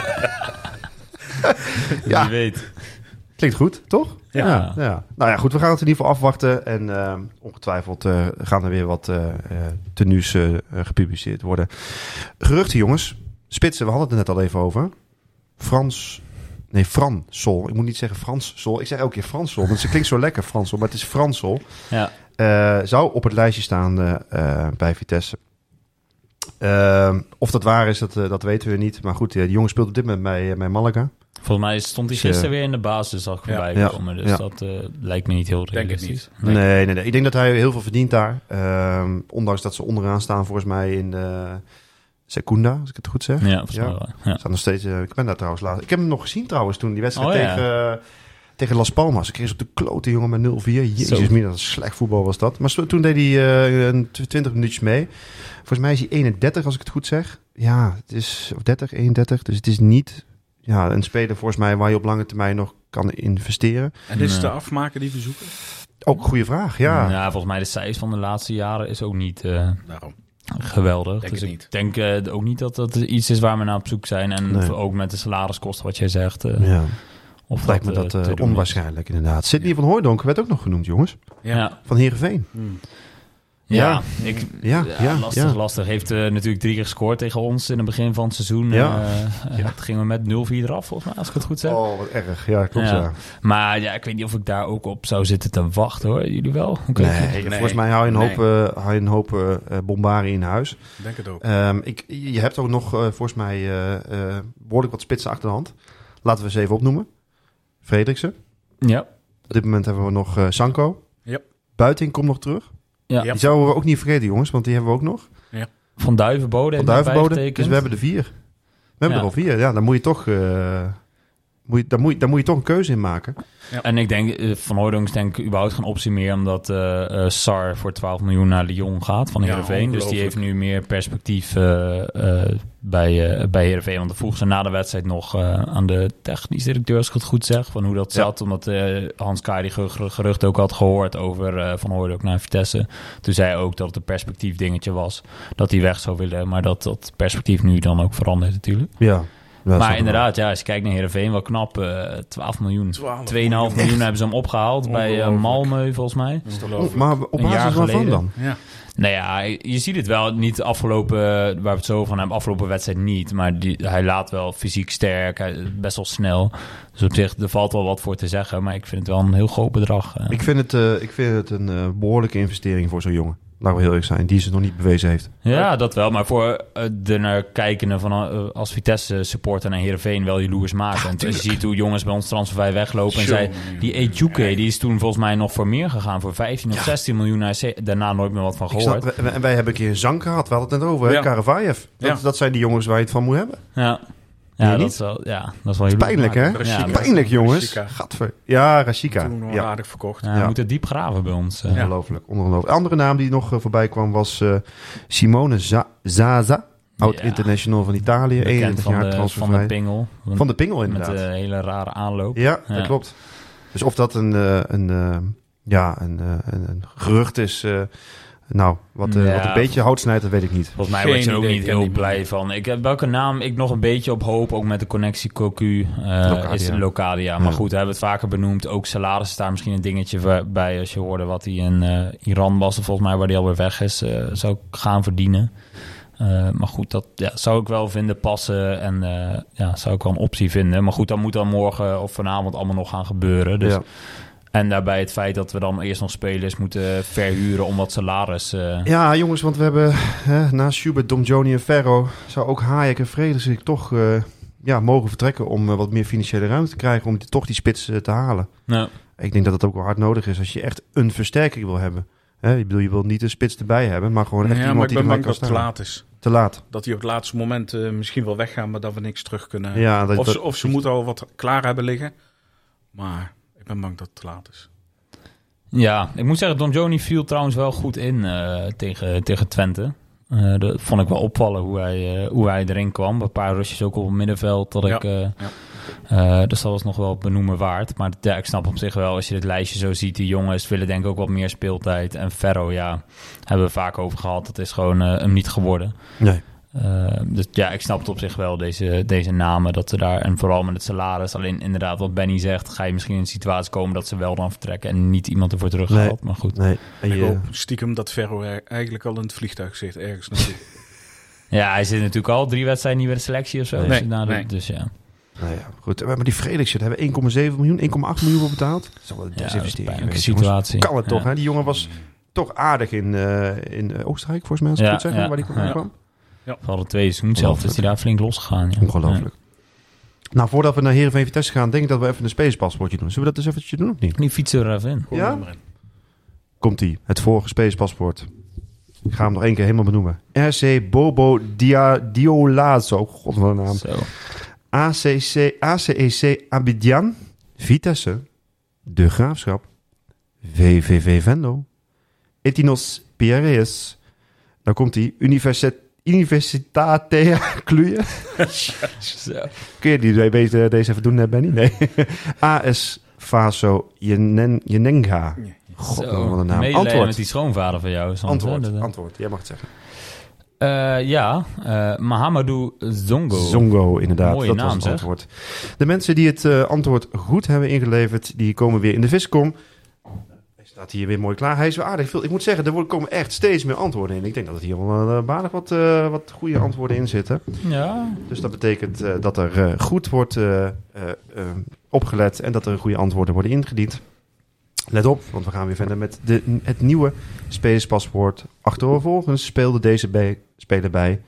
Ja. Wie weet. Klinkt goed, toch? Ja. ja. ja. Nou ja, goed. We gaan het in ieder geval afwachten. En uh, ongetwijfeld uh, gaan er weer wat uh, uh, tenues uh, gepubliceerd worden. Geruchten, jongens. Spitsen, we hadden het er net al even over. Frans... Nee, Fransol. Ik moet niet zeggen Franssol. Ik zeg elke keer Fransol, want het klinkt zo lekker, Fransol. Maar het is Fransol. Ja. Uh, zou op het lijstje staan uh, uh, bij Vitesse. Uh, of dat waar is, dat, uh, dat weten we niet. Maar goed, uh, die jongen speelt op dit moment bij, uh, bij Malaga. Volgens mij stond hij Dus, uh, gisteren weer in de basis, zag ik ja. voorbij Ja. komen. Dus Ja. dat uh, lijkt me niet heel Denk het realistisch. niet. Nee, nee, nee. Ik denk dat hij heel veel verdient daar. Uh, ondanks dat ze onderaan staan, volgens mij in de Secunda, als ik het goed zeg. Ja, volgens Ja. mij wel. Ja. Staan nog steeds, uh, ik ben daar trouwens laat. Ik heb hem nog gezien trouwens toen die wedstrijd Oh, ja. tegen, uh, tegen Las Palmas. Ik kreeg ze op de klote jongen met nul vier. Jezus, Zo. mina, dat is slecht voetbal was dat. Maar toen deed hij uh, een twintig minuutjes mee. Volgens mij is hij eenendertig, als ik het goed zeg. Ja, het is of dertig, eenendertig. Dus het is niet ja, een speler volgens mij waar je op lange termijn nog kan investeren. En dit is Nee. de afmaker die we zoeken? Ook een goede vraag, ja. Ja, volgens mij de cijfers van de laatste jaren is ook niet uh, Daarom. geweldig. Denk dus het ik niet. denk uh, ook niet dat dat iets is waar we naar op zoek zijn. En Nee. ook met de salariskosten wat jij zegt. Uh, ja. Of Lijkt me uh, dat te uh, doen is. onwaarschijnlijk inderdaad. Sidney van Hooijdonk werd ook nog genoemd, jongens. Ja. Ja. Van Heerenveen. Hmm. Ja, Ja. ik, Ja, ja, ja, lastig, ja. lastig. Heeft uh, natuurlijk drie keer gescoord tegen ons in het begin van het seizoen. Ja. Uh, Ja. Het gingen we met nul vier eraf, volgens mij, als ik het goed zeg. Oh, wat erg. Ja, klopt Ja. ja. Maar ja, ik weet niet of ik daar ook op zou zitten te wachten, hoor. Jullie wel? Hoe kijk je? Nee, Nee. volgens mij hou je een Nee. hoop, uh, hou je een hoop uh, bombari in huis. Ik denk het ook. Um, ik, je hebt ook nog uh, volgens mij uh, uh, behoorlijk wat spitsen achter de hand. Laten we ze even opnoemen. Frederiksen. Ja. Op dit moment hebben we nog uh, Sanko. Ja. Buiting komt nog terug. Ja. Ja. Die zouden we ook niet vergeten, jongens, want die hebben we ook nog. Van Duivenbode. Van heeft nog Duivenbode. Dus bijgetekend. we hebben er vier. We hebben Ja. er al vier. Ja, dan moet je toch, uh, moet je, dan moet je, dan moet je toch een keuze in maken. En ik denk, uh, Van Hooijdonk is denk ik überhaupt geen optie meer... omdat uh, uh, Sar voor twaalf miljoen naar Lyon gaat van Ja, Heerenveen. Dus die heeft ongelooflijk. nu meer perspectief uh, uh, bij, uh, bij Heerenveen. Want dan vroeg ze na de wedstrijd nog uh, aan de technisch directeur... als ik het goed zeg, van hoe dat Ja. zat. Omdat uh, Hans Kaai die ger- gerucht ook had gehoord over uh, Van Hooijdonk naar Vitesse. Toen zei hij ook dat het een perspectief dingetje was. Dat hij weg zou willen, maar dat dat perspectief nu dan ook verandert natuurlijk. Ja. Ja, Maar inderdaad, ja, als je kijkt naar Heerenveen, wel knap. Uh, twaalf miljoen. twaalf twee komma vijf miljoen hebben ze hem opgehaald bij uh, Malmö, volgens mij. Ongelooflijk. Maar op Een jaar basis waarvan geleden. dan? Ja. Nou ja, je ziet het wel. Niet de afgelopen, waar we het zo van hebben, afgelopen wedstrijd niet. Maar die, hij laat wel fysiek sterk, hij, best wel snel. Dus op zich, er valt wel wat voor te zeggen. Maar ik vind het wel een heel groot bedrag. Uh. Ik vind het, uh, ik vind het een uh, behoorlijke investering voor zo'n jongen. Laten we heel eerlijk zijn, die ze nog niet bewezen heeft. Ja, dat wel. Maar voor uh, de naar kijkende van uh, als Vitesse supporter naar Heerenveen wel jaloers maken. Ja, als je ziet hoe jongens bij ons transfervrij weglopen. En zij, die Ejuke, die is toen volgens mij nog voor meer gegaan. Voor vijftien of zestien miljoen. Hij is daarna nooit meer wat van Ik gehoord. snap, en wij, wij hebben een keer een Zank gehad. We hadden het net over, hè? Ja. Karavayev. Dat, Ja. dat zijn die jongens waar je het van moet hebben. Ja, Weet ja, je dat niet? is wel, ja, dat is wel heel Pijnlijk, hè? Rashika. Ja, Pijnlijk, jongens. Rashika. Gadver. Ja, Rashika. Toen nog Ja. aardig verkocht. Ja, we Ja. moeten diep graven bij ons. uh. Ongelooflijk, ongelooflijk. Andere naam die nog uh, voorbij kwam was uh, Simone Za- Zaza. Oud-international van Italië. Bekend eenendertig van jaar de, van transfervrij. de pingel. Van de Pingel, Met inderdaad. een hele rare aanloop. Ja, dat Ja. klopt. Dus of dat een, uh, een, uh, ja, een, uh, een, een gerucht is, uh, Nou, wat, uh, Ja, wat een beetje hout snijdt, dat weet ik niet. Volgens mij Geen word je er ook idee, niet ken heel niet blij van. Ik heb welke naam ik nog een beetje op hoop, ook met de connectie Cocu, uh, Locadia. is Locadia. Maar Ja. goed, we hebben het vaker benoemd. Ook salaris is daar misschien een dingetje bij. Als je hoorde wat hij in uh, Iran was, volgens mij waar hij alweer weg is, uh, zou ik gaan verdienen. Uh, maar goed, dat ja, zou ik wel vinden passen en uh, ja, zou ik wel een optie vinden. Maar goed, dat moet dan morgen of vanavond allemaal nog gaan gebeuren. Dus. Ja. En daarbij het feit dat we dan eerst nog spelers moeten verhuren om wat salaris... Uh... Ja, jongens, want we hebben hè, na Schubert, Domjoni en Ferro... zou ook Hayek en Frederik toch uh, ja, mogen vertrekken... om uh, wat meer financiële ruimte te krijgen... om die, toch die spits uh, te halen. Ja. Ik denk dat het ook wel hard nodig is als je echt een versterking wil hebben. Hè, ik bedoel, je wil niet een spits erbij hebben... maar gewoon echt Ja, iemand maar ik die ben erbij bang kan dat het te staan. laat is. Te laat. Dat die op het laatste moment uh, misschien wel weggaan, maar dat we niks terug kunnen. Ja, dat, of, dat, ze, of ze moeten al wat klaar hebben liggen. Maar ik ben bang dat het te laat is. Ja, ik moet zeggen, Don Joni viel trouwens wel goed in uh, tegen, tegen Twente. Uh, dat vond ik wel opvallen hoe hij, uh, hoe hij erin kwam. Een paar rushes ook op het middenveld. Dat Ja, ik, uh, ja. uh, dus dat was nog wel benoemen waard. Maar ja, ik snap op zich wel, als je dit lijstje zo ziet... die jongens willen denk ik ook wat meer speeltijd. En Ferro, ja, hebben we vaak over gehad. Dat is gewoon uh, hem niet geworden. Nee. Uh, dus ja, ik snap het op zich wel, deze, deze namen, dat ze daar, en vooral met het salaris, alleen inderdaad wat Benny zegt, ga je misschien in een situatie komen dat ze wel dan vertrekken en niet iemand ervoor teruggehaald, Nee. maar goed. Nee. En Ik je, hoop stiekem dat Ferro er eigenlijk al in het vliegtuig zit, ergens naartoe. Ja, hij zit natuurlijk al drie wedstrijden niet bij de selectie of zo. Nee. Dus, na de- Nee. dus ja. nou ja, goed. Maar die Frederiksen, daar hebben we één komma zeven miljoen, één komma acht miljoen voor betaald. Dat is wel een Ja, dat is een desinvestering pijnlijke geweest, jongens. situatie. Kan het toch, Ja. hè? Die jongen was toch aardig in, uh, in uh, Oostenrijk, volgens mij, als ik Ja, goed zeg, ja, waar die vandaan ja. kwam. Vooral de tweede seizoen zelf is hij daar flink losgegaan. Ja. Ongelooflijk. Nou, voordat we naar Heerenveen Vitesse gaan, denk ik dat we even een spelerspaspoortje doen. Zullen we dat eens eventjes doen of niet? Ja. Die fietsen er even in. Gooi Ja? hem maar in. Komt-ie. Het vorige spelerspaspoort. Ik ga hem nog één keer helemaal benoemen. R C Bobo Dia Diolazo. God, wat een naam. Zo. A C C, A C E C Abidjan. Vitesse. De Graafschap. V V V Venlo. Etinos Piraeus. Dan komt hij. Universit Universitatea Cluj. Zo. Kun je die deze, deze even doen, Benny? Nee. A S Faso Jenen- Jenenga. God, Zo. wat een naam. Medelijden Antwoord. met die schoonvader van jou. Soms, Antwoord. hè? Dat- Antwoord. Jij mag het zeggen. Uh, ja, uh, Mahamadou Zongo. Zongo, inderdaad. Mooie dat naam, was het zeg. antwoord. De mensen die het uh, antwoord goed hebben ingeleverd, die komen weer in de viskom. Hij staat hier weer mooi klaar. Hij is weer aardig veel. Ik moet zeggen, er worden- komen echt steeds meer antwoorden in. Ik denk dat er hier wel uh, aardig wat, uh, wat goede antwoorden in zitten. Ja, Dus dat betekent uh, dat er uh, goed wordt uh, uh, uh, opgelet en dat er goede antwoorden worden ingediend. Let op, want we gaan weer verder met de, het nieuwe spelerspaspoort. Achtervolgens speelde deze bij, speler bij...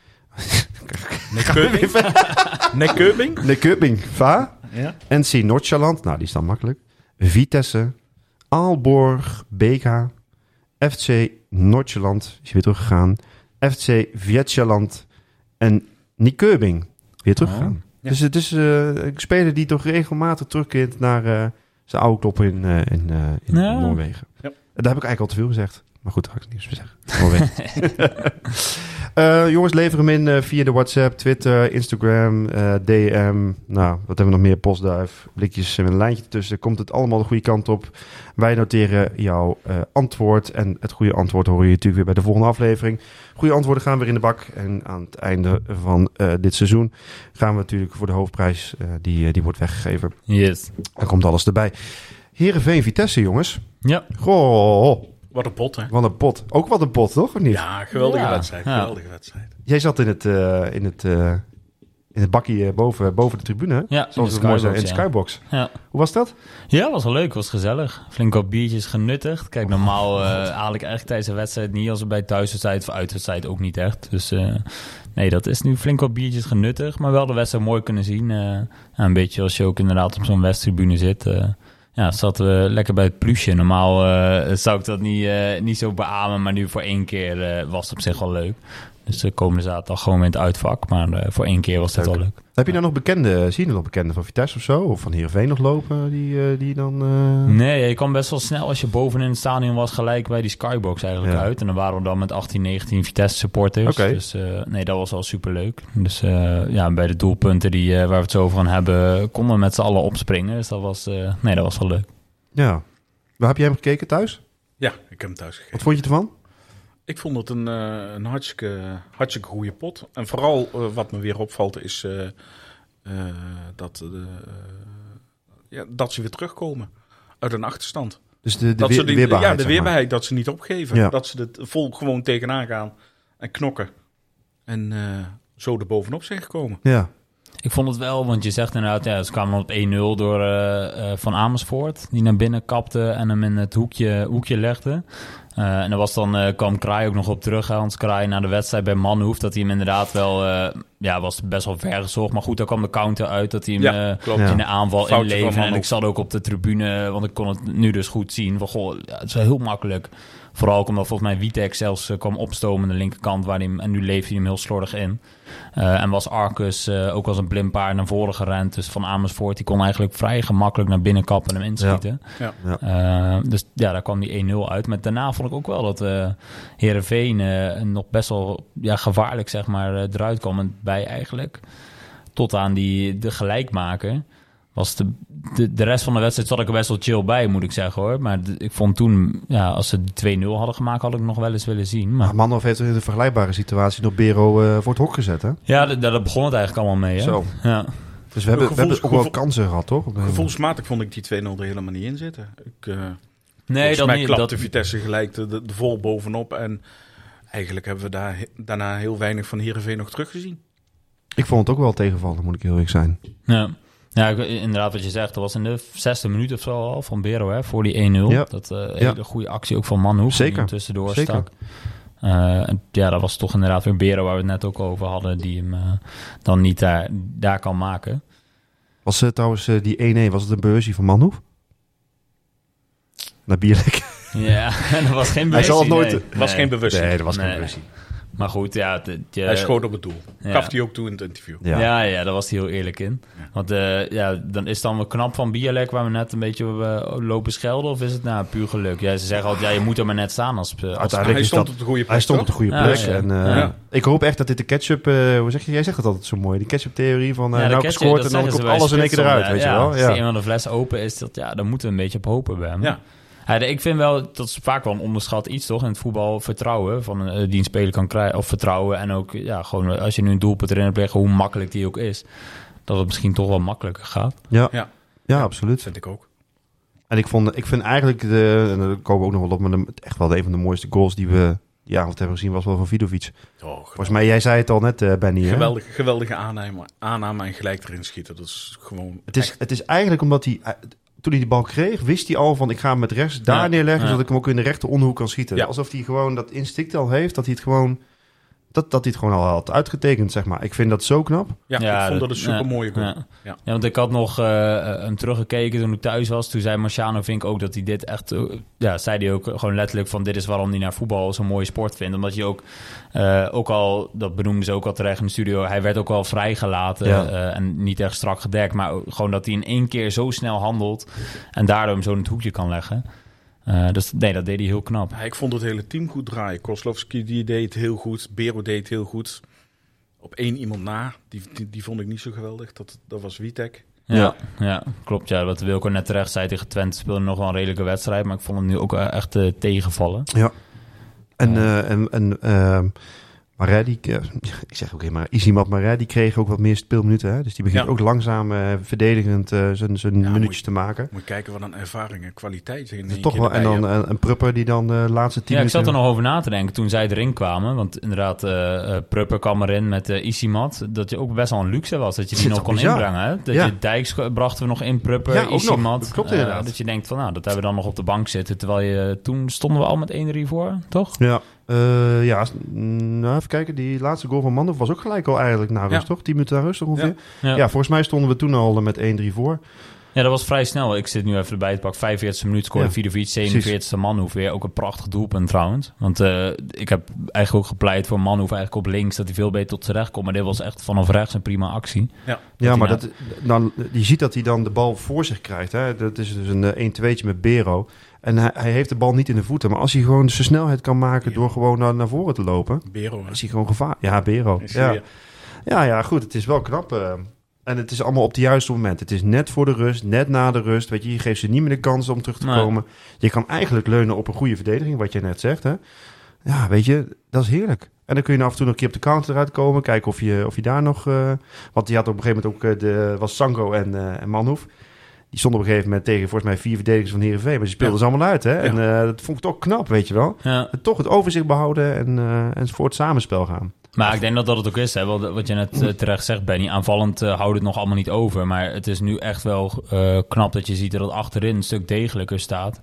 Nick Keubing. Nick Keubing. De Köping, Va, Ja. N C Noord-Sjælland, nou die is dan makkelijk. Vitesse, Aalborg, B K, F C Noord-Sjælland, is weer teruggegaan. F C Vietjeland en Nyköping, weer teruggegaan. Ja. Dus het is uh, een speler die toch regelmatig terugkeert naar uh, zijn oude klop in, uh, in, uh, in Ja. Noorwegen. Ja. Daar heb ik eigenlijk al te veel gezegd. Maar goed, daar ga ik niks meer zeggen. Noorwegen. Uh, jongens, lever hem in uh, via de WhatsApp, Twitter, Instagram, uh, D M. Nou, wat hebben we nog meer? Postduif, blikjes met een lijntje ertussen. Komt het allemaal de goede kant op. Wij noteren jouw uh, antwoord. En het goede antwoord hoor je natuurlijk weer bij de volgende aflevering. Goede antwoorden gaan weer in de bak. En aan het einde van uh, dit seizoen gaan we natuurlijk voor de hoofdprijs. Uh, die, uh, die wordt weggegeven. yes. Dan komt alles erbij. Heerenveen Vitesse, jongens. Ja, Goh, Wat een pot, hè? wat een pot. Ook wat een pot, toch? Of niet? Ja, geweldige Ja. wedstrijd. Ja. Geweldige wedstrijd. Jij zat in het, uh, in het, uh, in het bakje uh, boven, boven de tribune, hè? ja, Zoals in het de mooi zei, in de Skybox, skybox. ja. Ja. Hoe was dat? Ja, was wel leuk, was gezellig. Flink wat biertjes genuttigd. Kijk, normaal uh, haal ik eigenlijk tijdens een wedstrijd niet, als we bij thuiswedstrijd of uitwedstrijd ook niet echt. Dus uh, nee, dat is nu flink wat biertjes genuttigd, maar wel de wedstrijd mooi kunnen zien. Uh, ja, een beetje als je ook inderdaad op zo'n westtribune zit. Uh, ja, zaten we lekker bij het plusje. Normaal uh, zou ik dat niet, uh, niet zo beamen, maar nu voor één keer uh, was het op zich wel leuk. Dus de komende zaterdag gewoon weer in het uitvak, maar uh, voor één keer was het Leuk. wel leuk. Heb je nou nog bekende, zie je er nog bekende van Vitesse of zo? Of van Heerenveen nog lopen, die, uh, die dan... Uh... Nee, je kwam best wel snel als je bovenin het stadion was gelijk bij die skybox eigenlijk Ja. uit. En dan waren we dan met achttien, negentien Vitesse supporters. Oké. Dus uh, nee, dat was wel superleuk. Dus uh, ja, bij de doelpunten die, uh, waar we het zo over gaan hebben, konden we met z'n allen opspringen. Dus dat was, uh, nee, dat was wel leuk. Ja. Waar heb jij hem gekeken thuis? Ja, ik heb hem thuis gekeken. Wat vond je ervan? Ik vond het een, uh, een hartstikke, hartstikke goede pot. En vooral uh, wat me weer opvalt is uh, uh, dat, uh, ja, dat ze weer terugkomen uit een achterstand. Dus de, de dat weer, ze die, weerbaarheid. Ja, de zeg maar. weerbaarheid. Dat ze niet opgeven. Ja. Dat ze het vol gewoon tegenaan gaan en knokken. En uh, zo er bovenop zijn gekomen. Ja. Ik vond het wel, want je zegt inderdaad, ja, ze kwamen op één nul door uh, uh, Van Amersfoort. Die naar binnen kapte en hem in het hoekje, hoekje legde. Uh, en er was dan, uh, kwam Kraai ook nog op terug. Hè, Hans Kraai na de wedstrijd bij Manhoef. Dat hij hem inderdaad wel, uh, ja, was best wel ver gezocht. Maar goed, daar kwam de counter uit dat hij hem Ja, uh, klopt. Ja. in de aanval Foutje van inleefde. En Manhoef. ik zat ook op de tribune, want ik kon het nu dus goed zien. Van, goh, ja, het is wel heel makkelijk. Vooral ook omdat volgens mij Witek zelfs uh, kwam opstomen aan de linkerkant. Waar hij hem, en nu leefde hij hem heel slordig in. Uh, en was Arcus uh, ook als een blind paard naar voren gerend. Dus Van Amersfoort, die kon eigenlijk vrij gemakkelijk naar binnen kappen en hem inschieten. Ja. Uh, dus ja, daar kwam die één nul uit. Maar daarna vond ik ook wel dat uh, Heerenveen uh, nog best wel ja, gevaarlijk zeg maar, uh, eruit kwam. En bij eigenlijk tot aan die, de gelijkmaker was de, de, de rest van de wedstrijd zat ik er best wel chill bij, moet ik zeggen hoor. Maar de, ik vond toen, ja, als ze de twee nul hadden gemaakt, had ik nog wel eens willen zien. Maar Maar Manhoef heeft in een vergelijkbare situatie door Bero uh, voor het hok gezet, hè? ja, d- daar begon het eigenlijk allemaal mee. Hè? Zo. Ja. Dus we hebben, we Gevoels- hebben ook wel gevoel- kansen gehad, toch? Op een- Gevoelsmatig vond ik die twee nul er helemaal niet in zitten. Ik, uh, Nee, volgens dat mij niet. klapte Dat, Vitesse gelijk de, de, de vol bovenop. En eigenlijk hebben we daar he- daarna heel weinig van Heerenveen nog teruggezien. Ik vond het ook wel tegenvallen, moet ik heel eerlijk zijn. ja. Ja, ik- inderdaad wat je zegt. Dat was in de zesde minuut of zo al van Bero, hè, voor die één nul. Ja. Dat uh, Ja. hele goede actie ook van Manhoef. Zeker. Die hem tussendoor Zeker. stak. Uh, en ja, dat was toch inderdaad weer Bero, waar we het net ook over hadden, die hem uh, dan niet daar, daar kan maken. Was uh, trouwens uh, die één-één, was het een beursie van Manhoef? Naar Bierlek. Ja, dat was geen Hij zal het bewustzijn, nooit... nee. Het was Nee. geen bewustzijn. Nee, dat was geen Nee. beursie. Maar goed, ja. Het, je, Hij schoot op het doel. Ja. Gaf hij ook toe in het interview. Ja. Ja. ja, daar was hij heel eerlijk in. Ja. Want uh, ja, dan is het dan wel knap van Bialek, waar we net een beetje uh, lopen schelden, of is het nou puur geluk? Ja, ze zeggen altijd, ja, je moet er maar net staan als... als Uiteindelijk Hij is stond dat- op de goede plek. Hij stond op de toch? goede Ja, plek. ja. En, uh, Ja. ik hoop echt dat dit de ketchup... Uh, hoe zeg je? Jij zegt het altijd zo mooi. Die ketchup-theorie van uh, Ja, de nou ketchup, gescoord dat en dan zeggen komt ze bij alles in één keer Spitson, eruit, weet ja, je wel? Als Ja. die een van de flessen open is, dat, ja, dan moeten we een beetje op hopen bij hem. Ja. Ja, ik vind wel, dat is vaak wel een onderschat iets toch, in het voetbal, vertrouwen van uh, die een speler kan krijgen, of vertrouwen en ook, ja, gewoon als je nu een doelpunt erin hebt leggen, hoe makkelijk die ook is, dat het misschien toch wel makkelijker gaat. Ja. Ja. Ja, absoluut. Dat vind ik ook. En ik, vond, ik vind eigenlijk, de, en daar komen we ook nog wel op, maar de, echt wel een van de mooiste goals die we die avond hebben gezien, was wel van Vidovic. Oh, Volgens mij, jij zei het al net, uh, Benny. Hè? geweldige, geweldige aanname, aanname en gelijk erin schieten. Dat is gewoon Het is, echt- het is eigenlijk omdat hij, hij- toen hij die bal kreeg, wist hij al van ik ga hem met rechts daar Ja, neerleggen, ja. zodat ik hem ook in de rechter onderhoek kan schieten. Ja. Alsof hij gewoon dat instinct al heeft, dat hij het gewoon, dat, dat hij het gewoon al had uitgetekend, zeg maar. Ik vind dat zo knap. Ja, Ja, ik vond dat- dat een super mooie goal. Ja. Ja. Ja, want ik had nog uh, hem teruggekeken toen ik thuis was. Toen zei Marciano Vink ook dat hij dit echt... Uh, ja, zei hij ook gewoon letterlijk van... dit is waarom hij naar voetbal zo'n mooie sport vindt. Omdat je ook... Uh, ook al, dat benoemden ze ook al terecht in de studio... hij werd ook al vrijgelaten Ja. uh, en niet echt strak gedekt. Maar ook gewoon dat hij in één keer zo snel handelt... en daardoor hem zo in het hoekje kan leggen. Uh, dus nee, dat deed hij heel knap. Ja, ik vond het hele team goed draaien. Kozlowski die deed het heel goed. Bero deed het heel goed. Op één iemand na. Die, die, die vond ik niet zo geweldig. Dat, dat was Witek. Ja, Ja. ja, klopt. Ja, wat Wilco net terecht zei tegen Twente speelde nog wel een redelijke wedstrijd. Maar ik vond hem nu ook uh, echt uh, tegenvallen. Ja. En, Ja. uh, en, en uh, Marais, die, uh, ik zeg ook helemaal, Isimat Marais, die kreeg ook wat meer speelminuten. Hè? Dus die begint Ja. ook langzaam uh, verdedigend uh, zijn, zijn Ja, minuutjes moet je- te maken. Moet je kijken wat een ervaring en kwaliteit in Dus één toch keer wel, en erbij dan hebt. uh, een Prupper die dan de laatste tien Ja, ik zat er minuten... nog over na te denken toen zij erin kwamen. Want inderdaad, uh, uh, Prupper kwam erin met uh, Isimat. Dat je ook best wel een luxe was dat je die Zit nog toch kon bizar? inbrengen. Hè? Dat Ja. je Dijks brachten we nog in, Prupper, Ja, ook nog. Isimat. Dat klopt Uh, inderdaad. dat je denkt van, nou, dat hebben we dan nog op de bank zitten. Terwijl je, toen stonden we al met één drie voor, toch? Ja, uh, ja s- nou, even kijken. Die laatste goal van Manhoef was ook gelijk al eigenlijk na rust, Ja. toch? tien minuten na rust ongeveer. Ja. Ja. ja, volgens mij stonden we toen al met één drie voor. Ja, dat was vrij snel. Ik zit nu even erbij te pakken. vijfenveertigste minuut scoorde Ja, Vidovic, zevenenveertigste Manhoef weer. Ook een prachtig doelpunt trouwens. Want uh, ik heb eigenlijk ook gepleit voor Manhoef eigenlijk op links, dat hij veel beter tot zijn recht komt. Maar dit was echt vanaf rechts een prima actie. Ja. Ja, hij maar nou- dat, dan, je ziet dat hij dan de bal voor zich krijgt. Hè? Dat is dus een één-tweetje met Bero. En hij, hij heeft de bal niet in de voeten. Maar als hij gewoon zijn snelheid kan maken Ja. door gewoon naar, naar voren te lopen, Bero, hè? is hij gewoon gevaar. Ja, Bero. Is hij Ja. weer- Ja, ja, goed. Het is wel knap. uh, en het is allemaal op het juiste moment. Het is net voor de rust, net na de rust. Weet je, je geeft ze niet meer de kans om terug te Nee. komen. Je kan eigenlijk leunen op een goede verdediging, wat je net zegt. Hè? Ja, weet je, dat is heerlijk. En dan kun je nou af en toe nog een keer op de counter eruit komen. Kijken of je, of je daar nog... Uh, want die had op een gegeven moment ook... Uh, de, was Sango en, uh, en Manhoef. Die stonden op een gegeven moment tegen volgens mij vier verdedigers van Heerenveen. Maar die speelden ja. ze allemaal uit. Hè? Ja. En uh, dat vond ik toch knap, weet je wel. Ja. Toch het overzicht behouden en, uh, en voor het samenspel gaan. Maar ik denk dat dat het ook is, hè? Wat je net uh, terecht zegt, Benny. Aanvallend uh, houdt het nog allemaal niet over. Maar het is nu echt wel uh, knap dat je ziet dat het achterin een stuk degelijker staat.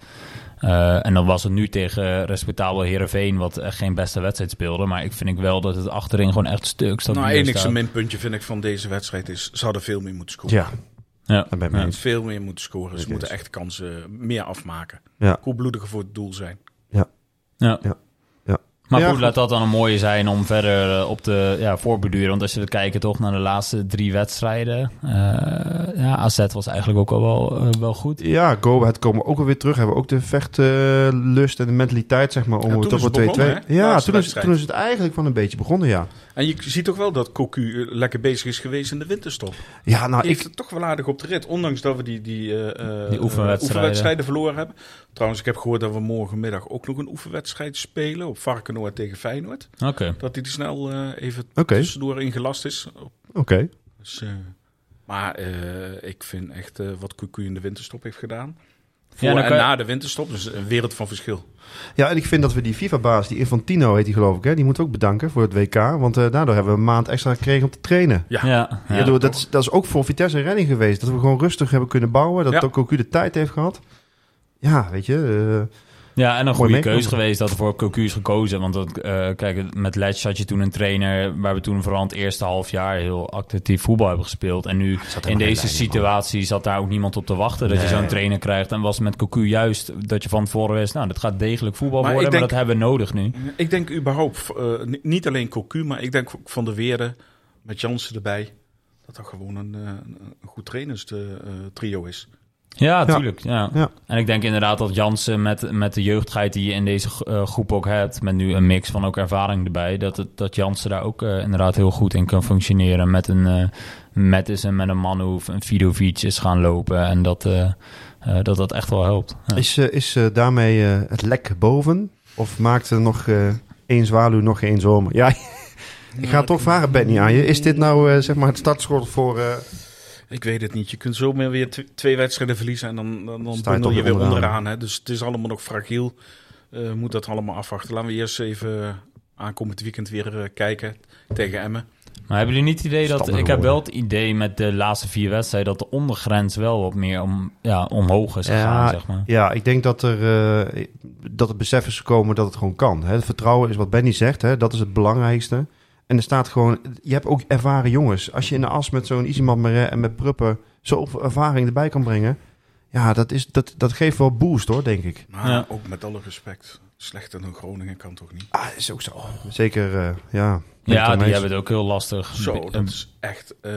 Uh, en dan was het nu tegen respectabel Heerenveen, wat echt geen beste wedstrijd speelde. Maar ik vind ik wel dat het achterin gewoon echt een stuk staat. Nou, het enigste minpuntje vind ik van deze wedstrijd is, ze hadden veel meer moeten scoren. Ja. Ja, daar ben ik ja. Veel meer moeten scoren. Ze moeten echt kansen meer afmaken. Ja. Koelbloediger voor het doel zijn. Ja. Ja. ja. ja. Maar ja, goed, goed, laat dat dan een mooie zijn om verder uh, op te ja, voorbeduren. Want als je kijkt toch naar de laatste drie wedstrijden. Uh, ja, A Z was eigenlijk ook al wel, uh, wel goed. Ja, Go Ahead komen ook alweer terug. Hebben ook de vechtlust uh, en de mentaliteit, zeg maar, om ja, toch wel twee twee. Ja, toen is, toen is het eigenlijk van een beetje begonnen, ja. En je ziet toch wel dat Cocu lekker bezig is geweest in de winterstop. Ja, nou, die heeft ik... het toch wel aardig op de rit. Ondanks dat we die, die, uh, die oefenwedstrijden. oefenwedstrijden verloren hebben. Trouwens, ik heb gehoord dat we morgenmiddag ook nog een oefenwedstrijd spelen. Op Varkenoord tegen Feyenoord. Okay. Dat die er snel uh, even okay. tussendoor ingelast is. Oké. Okay. Dus, uh, maar uh, ik vind echt uh, wat Cocu in de winterstop heeft gedaan. Voor ja, en je... na de winterstop, dus een wereld van verschil. Ja, en ik vind dat we die FIFA-baas, die Infantino heet die geloof ik, hè, die moeten we ook bedanken voor het W K. Want uh, daardoor hebben we een maand extra gekregen om te trainen. Ja, ja, ja, ja door, dat, is, dat is ook voor Vitesse een redding geweest. Dat we gewoon rustig hebben kunnen bouwen. Dat ja. ook Cocu de tijd heeft gehad. Ja, weet je... Uh, Ja, en een goede keuze geweest dat er voor Cocu is gekozen. Want dat, uh, kijk, met Letch had je toen een trainer... waar we toen vooral het eerste half jaar heel actief voetbal hebben gespeeld. En nu in deze situatie zat daar ook niemand op te wachten... dat nee. je zo'n trainer krijgt. En was met Cocu juist dat je van tevoren wist... nou, dat gaat degelijk voetbal maar worden, denk, maar dat hebben we nodig nu. Ik denk überhaupt, uh, niet alleen Cocu... maar ik denk Van der Weerde met Jansen erbij... dat dat gewoon een, een goed trainerstrio is. Ja, tuurlijk. Ja. Ja. Ja. En ik denk inderdaad dat Jansen met, met de jeugdigheid die je in deze uh, groep ook hebt... met nu een mix van ook ervaring erbij... dat, het, dat Jansen daar ook uh, inderdaad heel goed in kan functioneren... met een uh, Mattis en met een Manhoef, een Vidovic is gaan lopen... en dat uh, uh, dat, dat echt wel helpt. Ja. Is, uh, is uh, daarmee uh, het lek boven? Of maakt er nog uh, één zwaluw nog geen zomer? Ja, ik ga het toch vragen, Benny, aan je. Is dit nou uh, zeg maar het startschot voor... Uh, Ik weet het niet. Je kunt zo meer weer t- twee wedstrijden verliezen en dan, dan, dan bundel je, je weer onderaan. onderaan hè? Dus het is allemaal nog fragiel. Uh, moet dat allemaal afwachten. Laten we eerst even aankomend weekend weer uh, kijken tegen Emmen. Maar hebben jullie niet het idee dat... Ik heb wel het idee met de laatste vier wedstrijden... dat de ondergrens wel wat meer om, ja, omhoog is gegaan, ja, zeg maar. Ja, ik denk dat, er, uh, dat het besef is gekomen dat het gewoon kan. Hè? Het vertrouwen is wat Benny zegt. Hè? Dat is het belangrijkste. En er staat gewoon... Je hebt ook ervaren jongens. Als je in de as met zo'n Iziman Meret en met Pruppen... zoveel ervaring erbij kan brengen... Ja, dat, is, dat, dat geeft wel boost hoor, denk ik. Maar ja. ook met alle respect... slechter dan Groningen kan toch niet? Ah, is ook zo. Zeker, uh, ja... Ja, die hebben het ook heel lastig. Zo, dat is echt... Uh,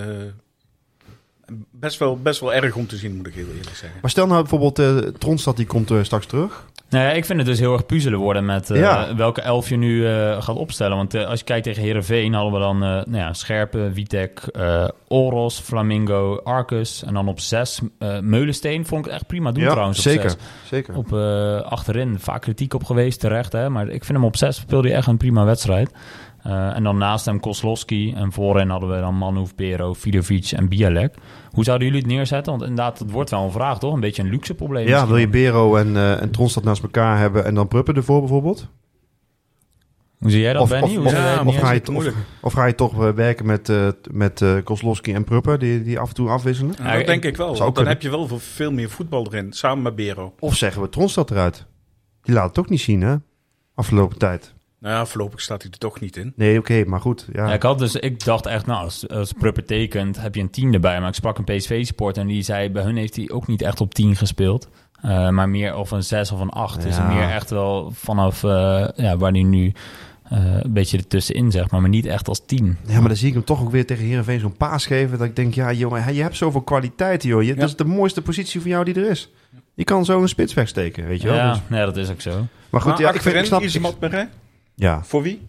best, wel, best wel erg om te zien, moet ik heel eerlijk zeggen. Maar stel nou bijvoorbeeld... Uh, Tronstad die komt uh, straks terug... Nou ja, ik vind het dus heel erg puzzelen worden met uh, ja. welke elf je nu uh, gaat opstellen. Want uh, als je kijkt tegen Heerenveen hadden we dan uh, nou ja, Scherpen, Witek, uh, Oros, Flamingo, Arcus. En dan op zes uh, Meulensteen vond ik het echt prima doen ja, trouwens op zeker, zes. Zeker. Op uh, achterin vaak kritiek op geweest, terecht. Hè? Maar ik vind hem op zes speelde hij echt een prima wedstrijd. Uh, en dan naast hem Kozlowski. En voorin hadden we dan Manhoef, Pero, Vidovic en Bialek. Hoe zouden jullie het neerzetten? Want inderdaad, het wordt wel een vraag, toch? Een beetje een luxe probleem. Ja, wil je Bero en, uh, en Tronstad naast elkaar hebben en dan Pruppen ervoor bijvoorbeeld? Hoe zie jij dat, of, Benny? Of, Hoe of, ja, of, ga je to- of, of ga je toch uh, werken met, uh, met uh, Kozlowski en Pruppen, die, die af en toe afwisselen? Ja, dat ja, denk ik wel. Dan kunnen. Heb je wel veel meer voetbal erin, samen met Bero. Of zeggen we Tronstad eruit? Die laat het ook niet zien, hè? Afgelopen tijd. Nou ja, voorlopig staat hij er toch niet in. Nee, oké, okay, maar goed. Ja. Ja, ik, had dus, ik dacht echt, nou, als, als Pruppen tekent, heb je een tien erbij. Maar ik sprak een P S V-supporter en die zei, bij hun heeft hij ook niet echt op tien gespeeld. Uh, maar meer of een zes of een acht. Ja. Dus meer echt wel vanaf uh, ja, waar hij nu uh, een beetje ertussenin, zeg maar. Maar niet echt als tien. Ja, maar dan zie ik hem toch ook weer tegen Heerenveen zo'n paas geven. Dat ik denk, ja jongen, je hebt zoveel kwaliteit, joh. Je, ja. Dat is de mooiste positie voor jou die er is. Je kan zo een spits wegsteken, weet je wel. Ja, dus... ja dat is ook zo. Maar goed, maar ja, ik, vind, ik snap... Izimat Meret? Ja. Voor wie?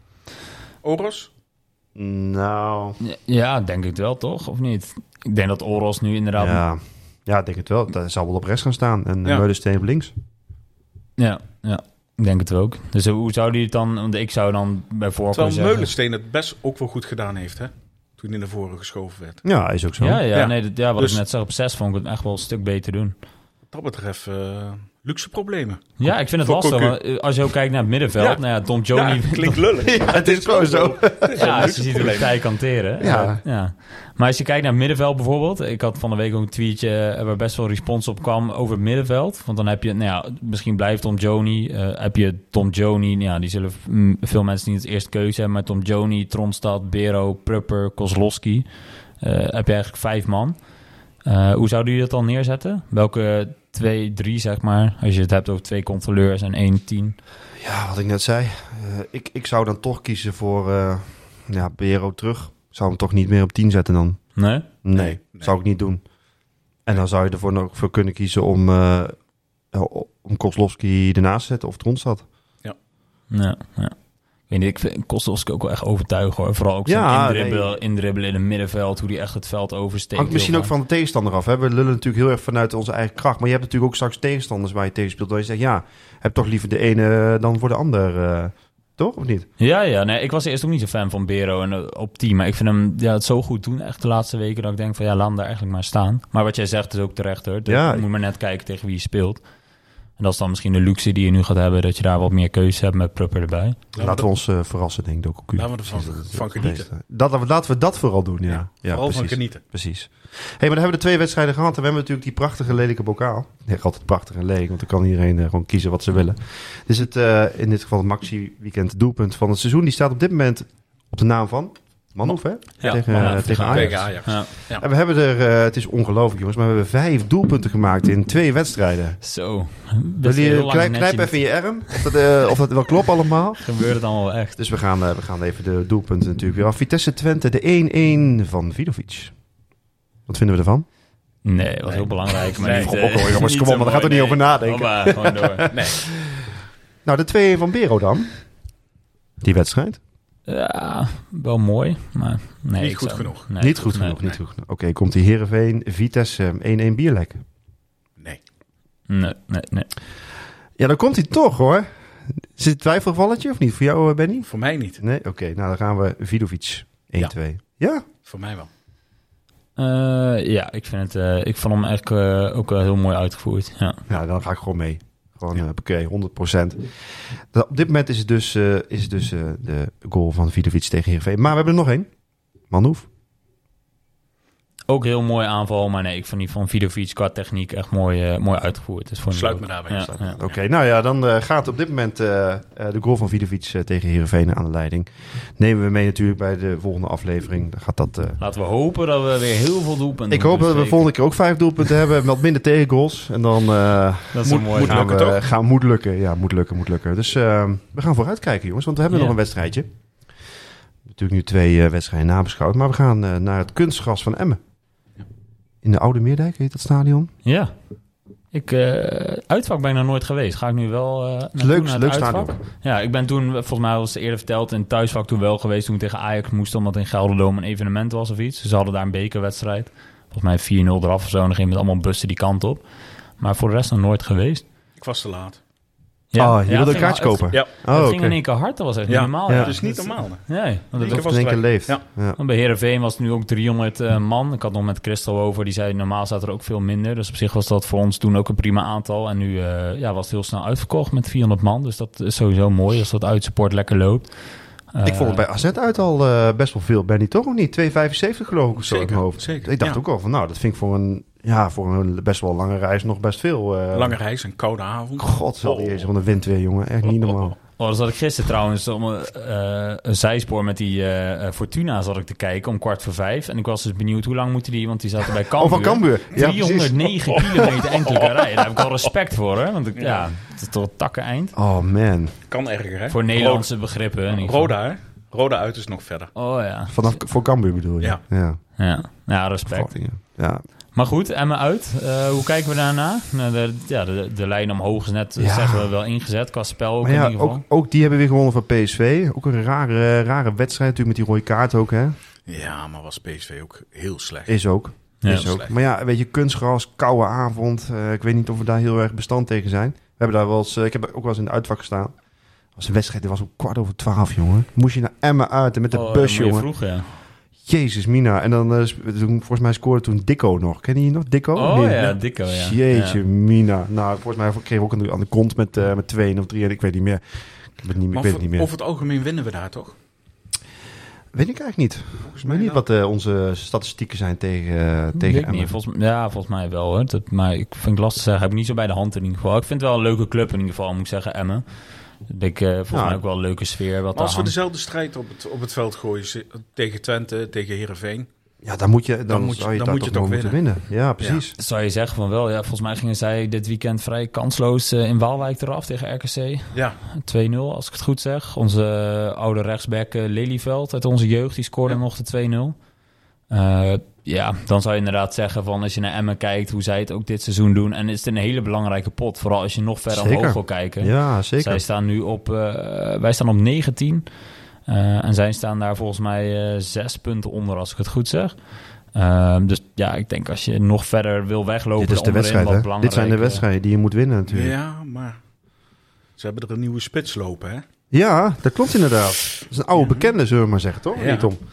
Oros? Nou... Ja, denk ik wel, toch? Of niet? Ik denk dat Oros nu inderdaad... Ja, ja ik denk het wel. Dat zal wel op rechts gaan staan. En ja. Meulensteen op links. Ja, ja. Ik denk het ook. Dus hoe zou die het dan... Want ik zou dan bij voorkeur Terwijl zeggen... Meulensteen het best ook wel goed gedaan heeft, hè? Toen hij naar voren geschoven werd. Ja, is ook zo. Ja, ja, Ja. Nee, dat, ja wat Dus- ik net zeg, op zes vond ik het echt wel een stuk beter doen. Wat dat betreft, uh, luxe problemen. Ja, ik vind het Voor lastig. Cocu. Want eh, als je ook kijkt naar het middenveld... Ja. Nou ja, Tom Johnny... Ja, klinkt lullig. Ja, het is gewoon zo. Ja, luxe je ziet hoe probleem. hij kan teren. Ja. ja. Maar als je kijkt naar het middenveld bijvoorbeeld... Ik had van de week ook een tweetje waar best wel respons op kwam over het middenveld. Want dan heb je, nou ja, misschien blijft Tom Johnny. Uh, heb je Tom Johnny, nou ja, die zullen mm, veel mensen niet als eerste keuze hebben. Maar Tom Johnny, Tronstad, Bero, Prupper, Kozlowski. Uh, heb je eigenlijk vijf man. Uh, hoe zouden jullie dat dan neerzetten? Welke twee, drie zeg maar? Als je het hebt over twee controleurs en één tien. Ja, wat ik net zei. Uh, ik, ik zou dan toch kiezen voor uh, ja, Bero terug. Ik zou hem toch niet meer op tien zetten dan. Nee? Nee, Nee. zou ik niet doen. En dan zou je ervoor nog voor kunnen kiezen om, uh, om Kozlowski ernaast te zetten of Tronstad. Ja, ja. Ik, weet niet, ik vind Kozlowski ook wel echt overtuigen hoor. Vooral ook zijn Ja, indribbelen, nee. indribbelen in het middenveld, hoe die echt het veld oversteekt. Hangt misschien heel ook van de tegenstander af. Hè? We lullen natuurlijk heel erg vanuit onze eigen kracht. Maar je hebt natuurlijk ook straks tegenstanders waar je tegen speelt. Waar je zegt, ja, heb toch liever de ene dan voor de ander. Uh, toch, of niet? Ja, ja. Nee, ik was eerst ook niet zo fan van Bero en uh, op team. Maar ik vind hem ja, het zo goed doen echt de laatste weken dat ik denk van ja, laat hem daar eigenlijk maar staan. Maar wat jij zegt is ook terecht hoor. Dus Ja. je moet maar net kijken tegen wie je speelt. En dat is dan misschien de luxe die je nu gaat hebben, dat je daar wat meer keuze hebt met Prupper erbij. Laten we ons uh, verrassen, denk ik ook. Laten we ervan van genieten. Dat, laten we dat vooral doen, ja. Ja, ja, vooral precies. van genieten. Precies. Hey, maar dan hebben we de twee wedstrijden gehad. En we hebben natuurlijk die prachtige lelijke bokaal. Nee, altijd prachtig en lelijk, want dan kan iedereen uh, gewoon kiezen wat ze willen. Dus het, uh, in dit geval het Maxi Weekend doelpunt van het seizoen. Die staat op dit moment op de naam van Manhoef, hè? Ja, tegen, Manhoef. uh, tegen Ajax. Tegen Ajax. Ja. Ja. En we hebben er, uh, het is ongelooflijk jongens, maar we hebben vijf doelpunten gemaakt in twee wedstrijden. Zo. Wil je knijp, knijp even in je arm? Of dat, uh, of dat wel klopt allemaal? Gebeurt het allemaal wel echt. Dus we gaan, uh, we gaan even de doelpunten natuurlijk weer af. Vitesse Twente, de één-één van Vidovic. Wat vinden we ervan? Nee, het was Nee. heel belangrijk. Maar Nee, niet, kom eh, op, hoor, jongens, niet kom zo op, maar daar mooi, gaat er niet nee. over nadenken. Kom maar, gewoon door. Nee. Nou, de twee-één van Bero dan. Die wedstrijd. Ja, wel mooi, maar nee, Niet ik goed zou- genoeg. nee, niet goed nee, genoeg, nee. niet goed genoeg. Oké, okay, komt die Heerenveen, Vitesse, één-één Bierlek. Nee. Nee, nee, nee. Ja, dan komt hij toch hoor. Is het een twijfelgevalletje of niet? Voor jou, uh, Benny? Voor mij niet. Nee? Oké, okay, nou dan gaan we Vidovic één-twee. Ja. ja? Voor mij wel. Uh, ja, ik vind het. Uh, ik vond hem eigenlijk uh, ook uh, heel mooi uitgevoerd. Ja. Ja, dan ga ik gewoon mee. Gewoon, ja. uh, oké, okay, honderd procent. Dat, op dit moment is het dus, uh, is het dus uh, de goal van Vidovic tegen Heerenveen. Maar we hebben er nog één. Manhoef. Ook heel mooi aanval, maar nee, ik vond die van Vidovic qua techniek echt mooi, uh, mooi uitgevoerd. Dus vond Sluit ik me ook. daarbij. Ja, Ja, ja. Oké, okay, nou ja, dan uh, gaat op dit moment uh, uh, de goal van Vidovic uh, tegen Heerenveen aan de leiding. Nemen we mee natuurlijk bij de volgende aflevering. Dan gaat dat... Uh... Laten we hopen dat we weer heel veel doelpunten Ik hoop dat we volgende keer ook vijf doelpunten hebben met minder tegengoals. En dan uh, Dat is moet, een mooi moet gaan lukken, we, toch? gaan, moet lukken. Ja, moet lukken, moet lukken. Dus uh, we gaan vooruitkijken, jongens, want we hebben Ja. nog een wedstrijdje. We hebben natuurlijk nu twee uh, wedstrijden nabeschouwd, maar we gaan uh, naar het kunstgras van Emmen. In de Oude Meerdijk, heet dat stadion? Ja. Ik, uh, uitvak ben ik nog nooit geweest. Ga ik nu wel uh, naartoe Leuk, naar het leuk uitvak? stadion. Ja, ik ben toen, volgens mij was het eerder verteld, in het thuisvak toen wel geweest. Toen ik tegen Ajax moest, omdat in Gelderdoom een evenement was of iets. Ze hadden daar een bekerwedstrijd. Volgens mij vier nul eraf of zo. En dan ging met allemaal bussen die kant op. Maar voor de rest nog nooit geweest. Ik was te laat. Ja, oh, je ja, wilde het een ging- kaartje kopen? Ja. Oh, Het oké. ging in één keer hard, dat was echt niet Ja. normaal. Ja. Dat is niet normaal. hè? Nee, want het keer Dat was het in één keer het leeft. Ja. Ja. Want bij Heerenveen was het nu ook driehonderd uh, man. Ik had nog met Christel over. Die zei, normaal staat er ook veel minder. Dus op zich was dat voor ons toen ook een prima aantal. En nu uh, ja, was het heel snel uitverkocht met vierhonderd man. Dus dat is sowieso mooi als dat uitsupport lekker loopt. Uh, Ik vond het bij A Z uit al uh, best wel veel, Benny, toch of niet? twee vijfenzeventig geloof ik of zo in Zeker, mijn hoofd. zeker. Ik dacht Ja. ook al van, nou, dat vind ik voor een, ja, voor een best wel lange reis nog best veel. Uh, Lange reis, een koude avond. God, zal die Oh. eens van de wind weer, jongen. Echt niet normaal. Oh, dat zat ik gisteren trouwens om uh, een zijspoor met die uh, Fortuna zat ik te kijken om kwart voor vijf. En ik was dus benieuwd hoe lang moeten die, want die zaten bij Cambuur. Oh, van Cambuur. Ja, precies. driehonderdnegen kilometer enkele rijden. Daar heb ik al respect voor, hè. Want ik, ja. Ja. het is toch een takken eind. Oh, man. Kan erger, hè? Voor Nederlandse begrippen. in ieder geval. Roda, hè? Roda uit is nog verder. Oh ja. Vanaf, voor Cambuur bedoel je? Ja. Ja, Ja, ja respect. Verwachtingen. Ja. Maar goed, Emmen uit. Uh, hoe kijken we daarna? Nou, de, ja, de, de lijn omhoog is net, Ja. zeggen we, wel ingezet. Qua spel ook Maar in ja, ieder geval. ook, ook die hebben weer gewonnen van P S V. Ook een rare, rare wedstrijd natuurlijk met die rode kaart ook, hè? Ja, maar was P S V ook heel slecht. Is ook. Ja. Is ook. Slecht. Maar ja, weet je, kunstgras, koude avond. Uh, ik weet niet of we daar heel erg bestand tegen zijn. We hebben daar wel eens, uh, ik heb ook wel eens in de uitvak gestaan. Dat was een wedstrijd, die was om kwart over twaalf, jongen. Moest je naar Emmen uit en met de Oh, bus, dan moet jongen. je vroeg, ja. Jezus, Mina. En dan, uh, toen, volgens mij scoorde toen Dikko nog. Ken je die nog, Dikko? Oh Nee. ja, Dikko, ja. Jeetje, Ja. Mina. Nou, volgens mij kreeg we ook aan de kont met, uh, met twee of drie. En ik weet niet meer. Ik, heb het niet, meer, Maar ik weet het niet meer. over het algemeen winnen we daar toch? Weet ik eigenlijk niet. Volgens Ik weet niet wat uh, onze statistieken zijn tegen, uh, tegen Weet ik Emmen. niet. Volgens, ja, volgens mij wel. Hoor. Dat, maar ik vind het lastig te zeggen. Heb ik niet zo bij de hand in ieder geval. Ik vind het wel een leuke club in ieder geval, moet ik zeggen, Emmen. Ik uh, volgens Ja. mij ook wel een leuke sfeer. Wat Maar als we hangt. dezelfde strijd op het, op het veld gooien ze- tegen Twente, tegen Heerenveen. Ja, dan moet je, dan Dan moet je- zou je dan dat moet je toch toch moeten winnen. Ja, precies. Zou je zeggen van wel. Ja, volgens mij gingen zij dit weekend vrij kansloos uh, in Waalwijk eraf tegen R K C. Ja, twee nul, als ik het goed zeg. Onze uh, oude rechtsback uh, Lelyveld uit onze jeugd, die scoorde Ja. nog de twee nul. Uh, ja, dan zou je inderdaad zeggen van als je naar Emmen kijkt, hoe zij het ook dit seizoen doen. En is het een hele belangrijke pot. Vooral als je nog verder Zeker. omhoog wil kijken. Ja, zeker. Zij staan nu op, uh, wij staan op negentien. Uh, en zij staan daar volgens mij uh, zes punten onder, als ik het goed zeg. Uh, dus ja, ik denk als je nog verder wil weglopen... Dit is de onderin, wedstrijd, wat hè? belangrijk, Dit zijn de uh, wedstrijden die je moet winnen natuurlijk. Ja, ja, maar ze hebben er een nieuwe spits lopen, hè? dat klopt inderdaad. Dat is een oude bekende, zullen we maar zeggen, toch? Ja. Niet, Tom?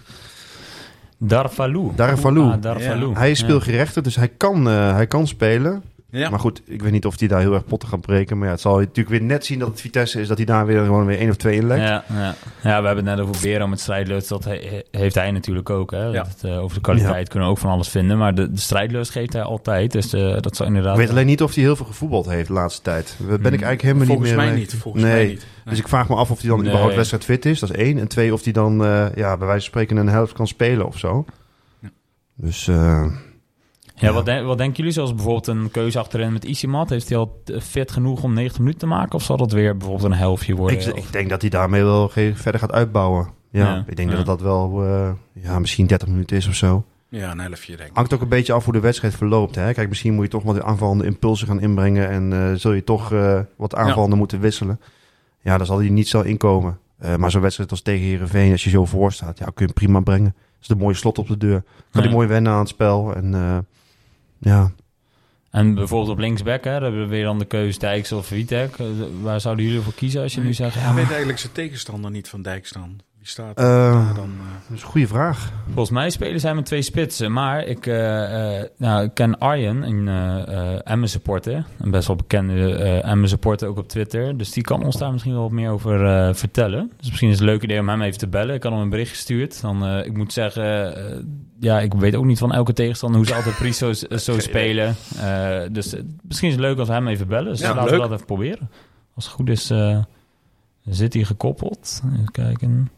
Darvalu. Darvalu. Ah, Darvalu. Hij is speelgerechtigd, dus hij kan, uh, hij kan spelen. Ja, Maar goed, ik weet niet of hij daar heel erg potten gaat breken. Maar ja, het zal je natuurlijk weer net zien dat het Vitesse is... dat hij daar weer gewoon weer één of twee in legt. Ja, ja. ja, we hebben het net over Bero met strijdlust. Dat he- heeft hij natuurlijk ook. Hè? Ja. Dat het, uh, over de kwaliteit Ja. kunnen we ook van alles vinden. Maar de, de strijdlust geeft hij altijd. Dus uh, dat zou inderdaad... Ik weet alleen niet of hij heel veel gevoetbald heeft de laatste tijd. Daar ben ik Hmm. eigenlijk helemaal volgens niet meer... mij mee- niet. Volgens nee. mij niet. Nee. Dus ik vraag me af of hij dan Nee. überhaupt wedstrijdfit is. Dat is één. En twee, of hij dan uh, ja, bij wijze van spreken een helft kan spelen of zo. Ja. Dus... Uh, Ja, Ja. Wat, denk, wat denken jullie? Zoals bijvoorbeeld een keuze achterin met Isimat. Heeft hij al fit genoeg om negentig minuten te maken? Of zal dat weer bijvoorbeeld een helftje worden? ik, ik denk dat hij daarmee wel ge- verder gaat uitbouwen. Ja, Ja. ik denk Ja. dat dat wel uh, ja, misschien dertig minuten is of zo. Ja, een helftje denk ik. Hangt ook een beetje af hoe de wedstrijd verloopt. Hè? Kijk, misschien moet je toch wat aanvallende impulsen gaan inbrengen. En uh, zul je toch uh, wat aanvallende moeten wisselen. Ja, dan zal hij niet zo inkomen. Uh, maar zo'n wedstrijd als tegen Heerenveen, als je zo voor staat, ja, kun je hem prima brengen. Dat is de mooie slot op de deur. Gaat hij Ja. mooi wennen aan het spel. En uh, ja... En bijvoorbeeld op linksback, hè, dan hebben we weer dan de keuze Dijks of Witek. Uh, Waar zouden jullie voor kiezen als je nu zegt... Ik Ja, weet eigenlijk zijn tegenstander niet van Dijk staan. Wie staat er Uh, daar dan? Uh, dat is een goede vraag. volgens mij spelen zij met twee spitsen. Maar ik, uh, uh, nou, ik ken Arjen, een uh, uh, Emmen supporter. Een best wel bekende uh, Emmen supporter ook op Twitter. Dus die kan ons daar misschien wel wat meer over uh, vertellen. Dus misschien is het een leuk idee om hem even te bellen. Ik had hem een bericht gestuurd. Dan, uh, ik moet zeggen, uh, ja, ik weet ook niet van elke tegenstander hoe ze altijd precies zo, zo spelen. Uh, dus uh, misschien is het leuk als we hem even bellen. Dus Ja, laten leuk. we dat even proberen. Als het goed is, uh, zit hij gekoppeld. Even kijken.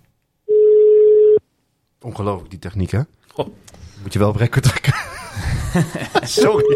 Ongelooflijk, die techniek, hè? Oh. Moet je wel op record trekken. Sorry.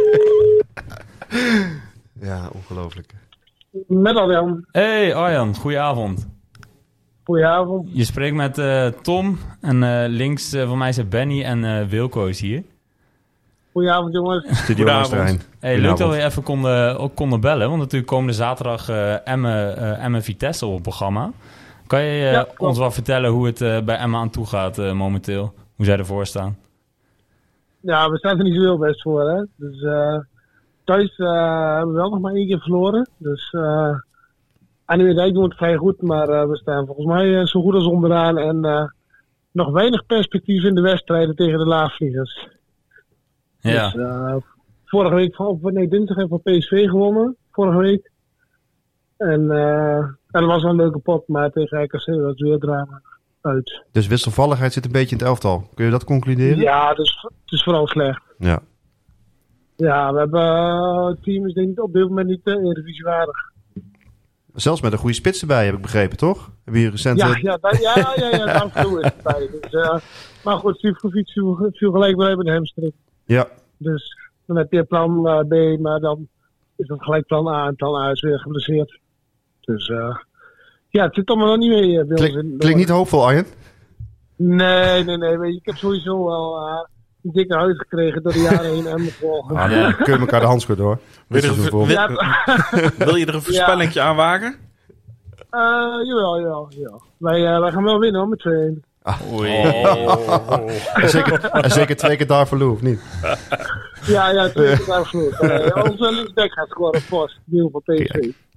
Ja, ongelooflijk. Met Arjan. Hey Arjan, goedenavond. Goedenavond. Je spreekt met uh, Tom en uh, links uh, van mij zijn Benny en uh, Wilco is hier. Goedenavond, jongens. Studio Goedenavond. Oosterrein. Hey, leuk dat we even konden, ook konden bellen, want natuurlijk komende zaterdag uh, Emmen, uh, Emmen Vitesse op het programma. Kan je uh, Ja, klopt. ons wel vertellen hoe het uh, bij Emmen aan toe gaat uh, momenteel? Hoe zij ervoor staan? Ja, we staan er niet zo heel best voor, hè. Dus uh, thuis uh, hebben we wel nog maar één keer verloren. Dus uh, aan de Dijk doen we het vrij goed, maar uh, we staan volgens mij uh, zo goed als onderaan. En uh, nog weinig perspectief in de wedstrijden tegen de laagvliegers. Ja, Dus, uh, vorige week, van, of nee, dinsdag hebben we van P S V gewonnen. Vorige week. En, uh, en dat was wel een leuke pot, maar tegen R K C was het weer drama uit. Dus wisselvalligheid zit een beetje in het elftal. Kun je dat concluderen? Ja, dus, het is vooral slecht. Ja. Ja, we hebben uh, het team is denk ik op dit moment niet uh, eredivisiewaardig. Zelfs met een goede spits erbij, heb ik begrepen, toch? Heb je hier recent... Ja, uh, ja, da- ja, ja, ja, daar viel is het bij. Dus, uh, maar goed, Sivkovic viel, viel gelijk bij de hamstring. ja. Dus dan heb je plan uh, B, maar dan is dat gelijk plan A en plan A is weer geblesseerd. Dus uh, ja, het zit allemaal nog niet mee. Uh, bij ons Klink, in- klinkt niet hoopvol, Arjen. Nee, nee, nee. weet je, Ik heb sowieso wel uh, een dikke huid gekregen door de jaren heen en me volgen. Ah, dan kun je elkaar de hand schudden, hoor. Wil je, Dit er, is een een- voorbeeld. wil, wil je er een voorspellingje aan wagen? Uh, jawel, jawel, jawel. Wij, uh, wij gaan wel winnen hoor, met twee-een. Oei. En zeker, en zeker twee keer daar verloor, of niet? Ja, ja, twee keer daar verloren. Uh, onze linksback gaat scoren post, deel van P S V.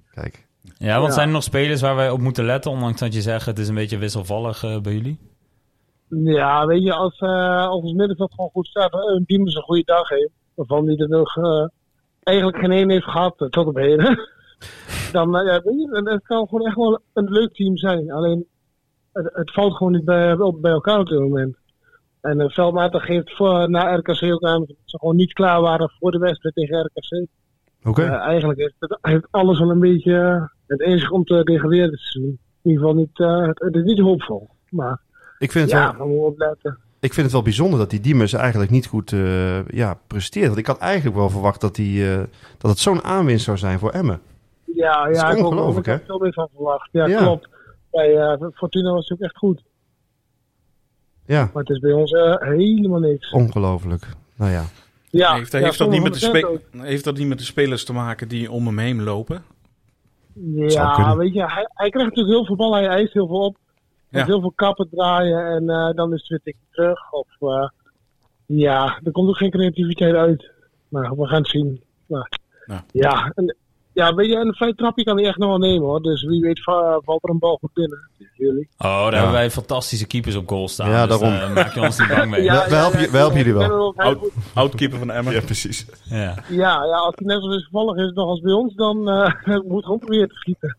Kijk. Ja, want Ja. zijn er nog spelers waar wij op moeten letten? Ondanks dat je zegt, het is een beetje wisselvallig uh, bij jullie. Ja, weet je, als, uh, als ons middenveld gewoon goed staat, een team een goede dag heeft, waarvan die er nog uh, eigenlijk geen één heeft gehad uh, tot op heden, dan uh, ja, weet je, het kan gewoon echt wel een leuk team zijn. Alleen, het, het valt gewoon niet bij, bij elkaar op dit moment. En uh, Veldmaten geeft voor, na R K C ook aan dat ze gewoon niet klaar waren voor de wedstrijd tegen R K C. Oké. Okay. Uh, eigenlijk heeft, het, heeft alles wel een beetje uh, het enige om te degraderen te zien. In ieder geval niet, uh, het, het is niet hoopvol. Maar ik vind het ja, wel, we moeten opletten. Ik vind het wel bijzonder dat die Diemers eigenlijk niet goed uh, ja, presteert. Want ik had eigenlijk wel verwacht dat, die, uh, dat het zo'n aanwinst zou zijn voor Emmen. Ja, ja, dat is ongelooflijk, hè? Ik heb er veel meer van verwacht. Ja, Ja. klopt. Bij uh, Fortuna was het ook echt goed. Ja, Maar het is bij ons uh, helemaal niks. ongelooflijk. Nou ja. Ja, heeft, ja, heeft, dat niet met de sommige spe- heeft dat niet met de spelers te maken die om hem heen lopen? Zou Ja, kunnen. weet je, hij, hij krijgt natuurlijk heel veel ballen, hij eist heel veel op. Hij heeft Ja. heel veel kappen draaien en uh, dan is het weer tikje terug. Of uh, ja, er komt ook geen creativiteit uit. Maar we gaan het zien. Maar, Ja. ja, en, ja, weet je, een vrij trapje kan hij echt nog wel nemen hoor. Dus wie weet uh, valt er een bal goed binnen. Jullie. Oh, daar Ja. hebben wij fantastische keepers op goal staan. Ja, dus daarom. daar maak je ons niet bang mee. Ja, Wij- wij helpen je- wij helpen jullie wel. ik ben er wel vrij Oud, goed. oudkeeper van Emmen. precies. Ja. Ja, ja, als hij net zo wisselvallig is nog als bij ons, dan uh, moet gewoon proberen te schieten.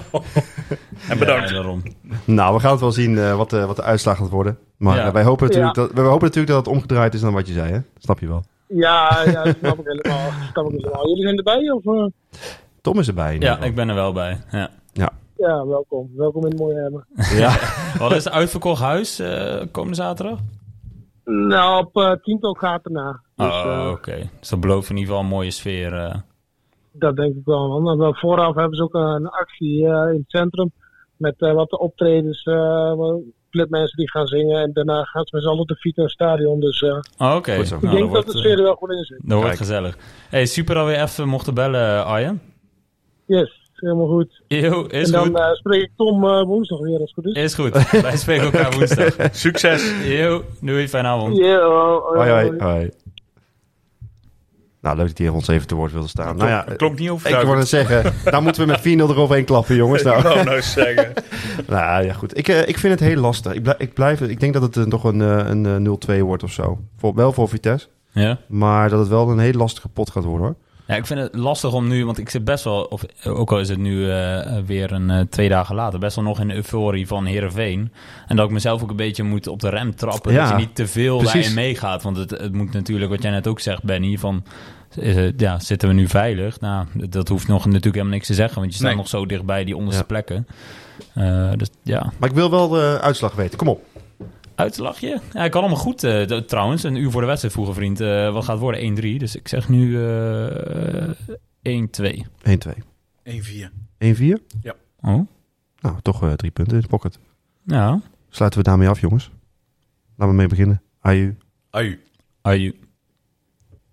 En bedankt. Ja, daarom. Nou, we gaan het wel zien uh, wat, de, wat de uitslag gaat worden. Maar Ja. uh, wij, hopen natuurlijk Ja. dat, wij hopen natuurlijk dat het omgedraaid is dan wat je zei, hè? Snap je wel. Ja, ja, dat snap ik helemaal. Dat snap ik helemaal. Jullie zijn erbij? Of, uh? Tom is erbij. in ieder Ja, geval. ik ben er wel bij. Ja. Ja, welkom. Welkom in het mooie Emmen. Ja. Wat is het uitverkocht huis uh, komende zaterdag? Nou, op uh, tiental gaat erna. Dus, Oh, uh, oké. Okay. Dus dat belooft in ieder geval een mooie sfeer. Uh. dat denk ik wel. Man. En vooraf hebben ze ook een actie uh, in het centrum. Met uh, wat de optredens, uh, clubmensen die gaan zingen. En daarna gaan ze met z'n allen op de fiets naar het stadion. Dus uh, Oh, oké. Okay. Goed zo. ik Nou, denk dat de sfeer er wel goed in zit. Dat wordt Kijk. gezellig. Hey, super alweer even mochten bellen, Arjen. Yes, helemaal goed. Yo, is en dan goed. uh, spreek ik Tom uh, woensdag weer als het goed is. Is goed. Wij spreken elkaar woensdag. Succes! Yo, doei, fijne avond. Yeah, hoi, Hoi, hoi, hoi. hoi. Nou, leuk dat hij ons even te woord wilde staan. Nou ja, Het klonk niet ik overtuigend. wou het zeggen. Nou moeten we met vier nul eroverheen klappen, jongens. Nou. Ik wou nou eens zeggen. Nou ja, goed. Ik, uh, ik vind het heel lastig. Ik, blijf, ik, blijf, ik denk dat het uh, toch een, uh, een uh, nul twee wordt of zo. Voor, wel voor Vitesse. Ja? Maar dat het wel een heel lastige pot gaat worden, hoor. Ja, ik vind het lastig om nu, want ik zit best wel, of ook al is het nu uh, weer een uh, twee dagen later, best wel nog in de euforie van Heerenveen. En dat ik mezelf ook een beetje moet op de rem trappen, Ja, dat je niet te veel precies. daarin meegaat. Want het, het moet natuurlijk, wat jij net ook zegt, Benny, van uh, ja, zitten we nu veilig? Nou, dat hoeft nog natuurlijk helemaal niks te zeggen, want je staat Nee. nog zo dichtbij die onderste Ja. plekken. Uh, dus ja, Maar ik wil wel de uitslag weten. Kom op. uitslagje. Ja, ik kan allemaal goed uh, d- trouwens. Een uur voor de wedstrijd vroeger, vriend. Uh, wat gaat het worden? één drie. Dus ik zeg nu uh, één twee. één twee. één vier. één vier? Oh, Nou, toch uh, drie punten in de pocket. ja. Sluiten we daarmee af, jongens. Laten we mee beginnen. Aju. Aju. Aju.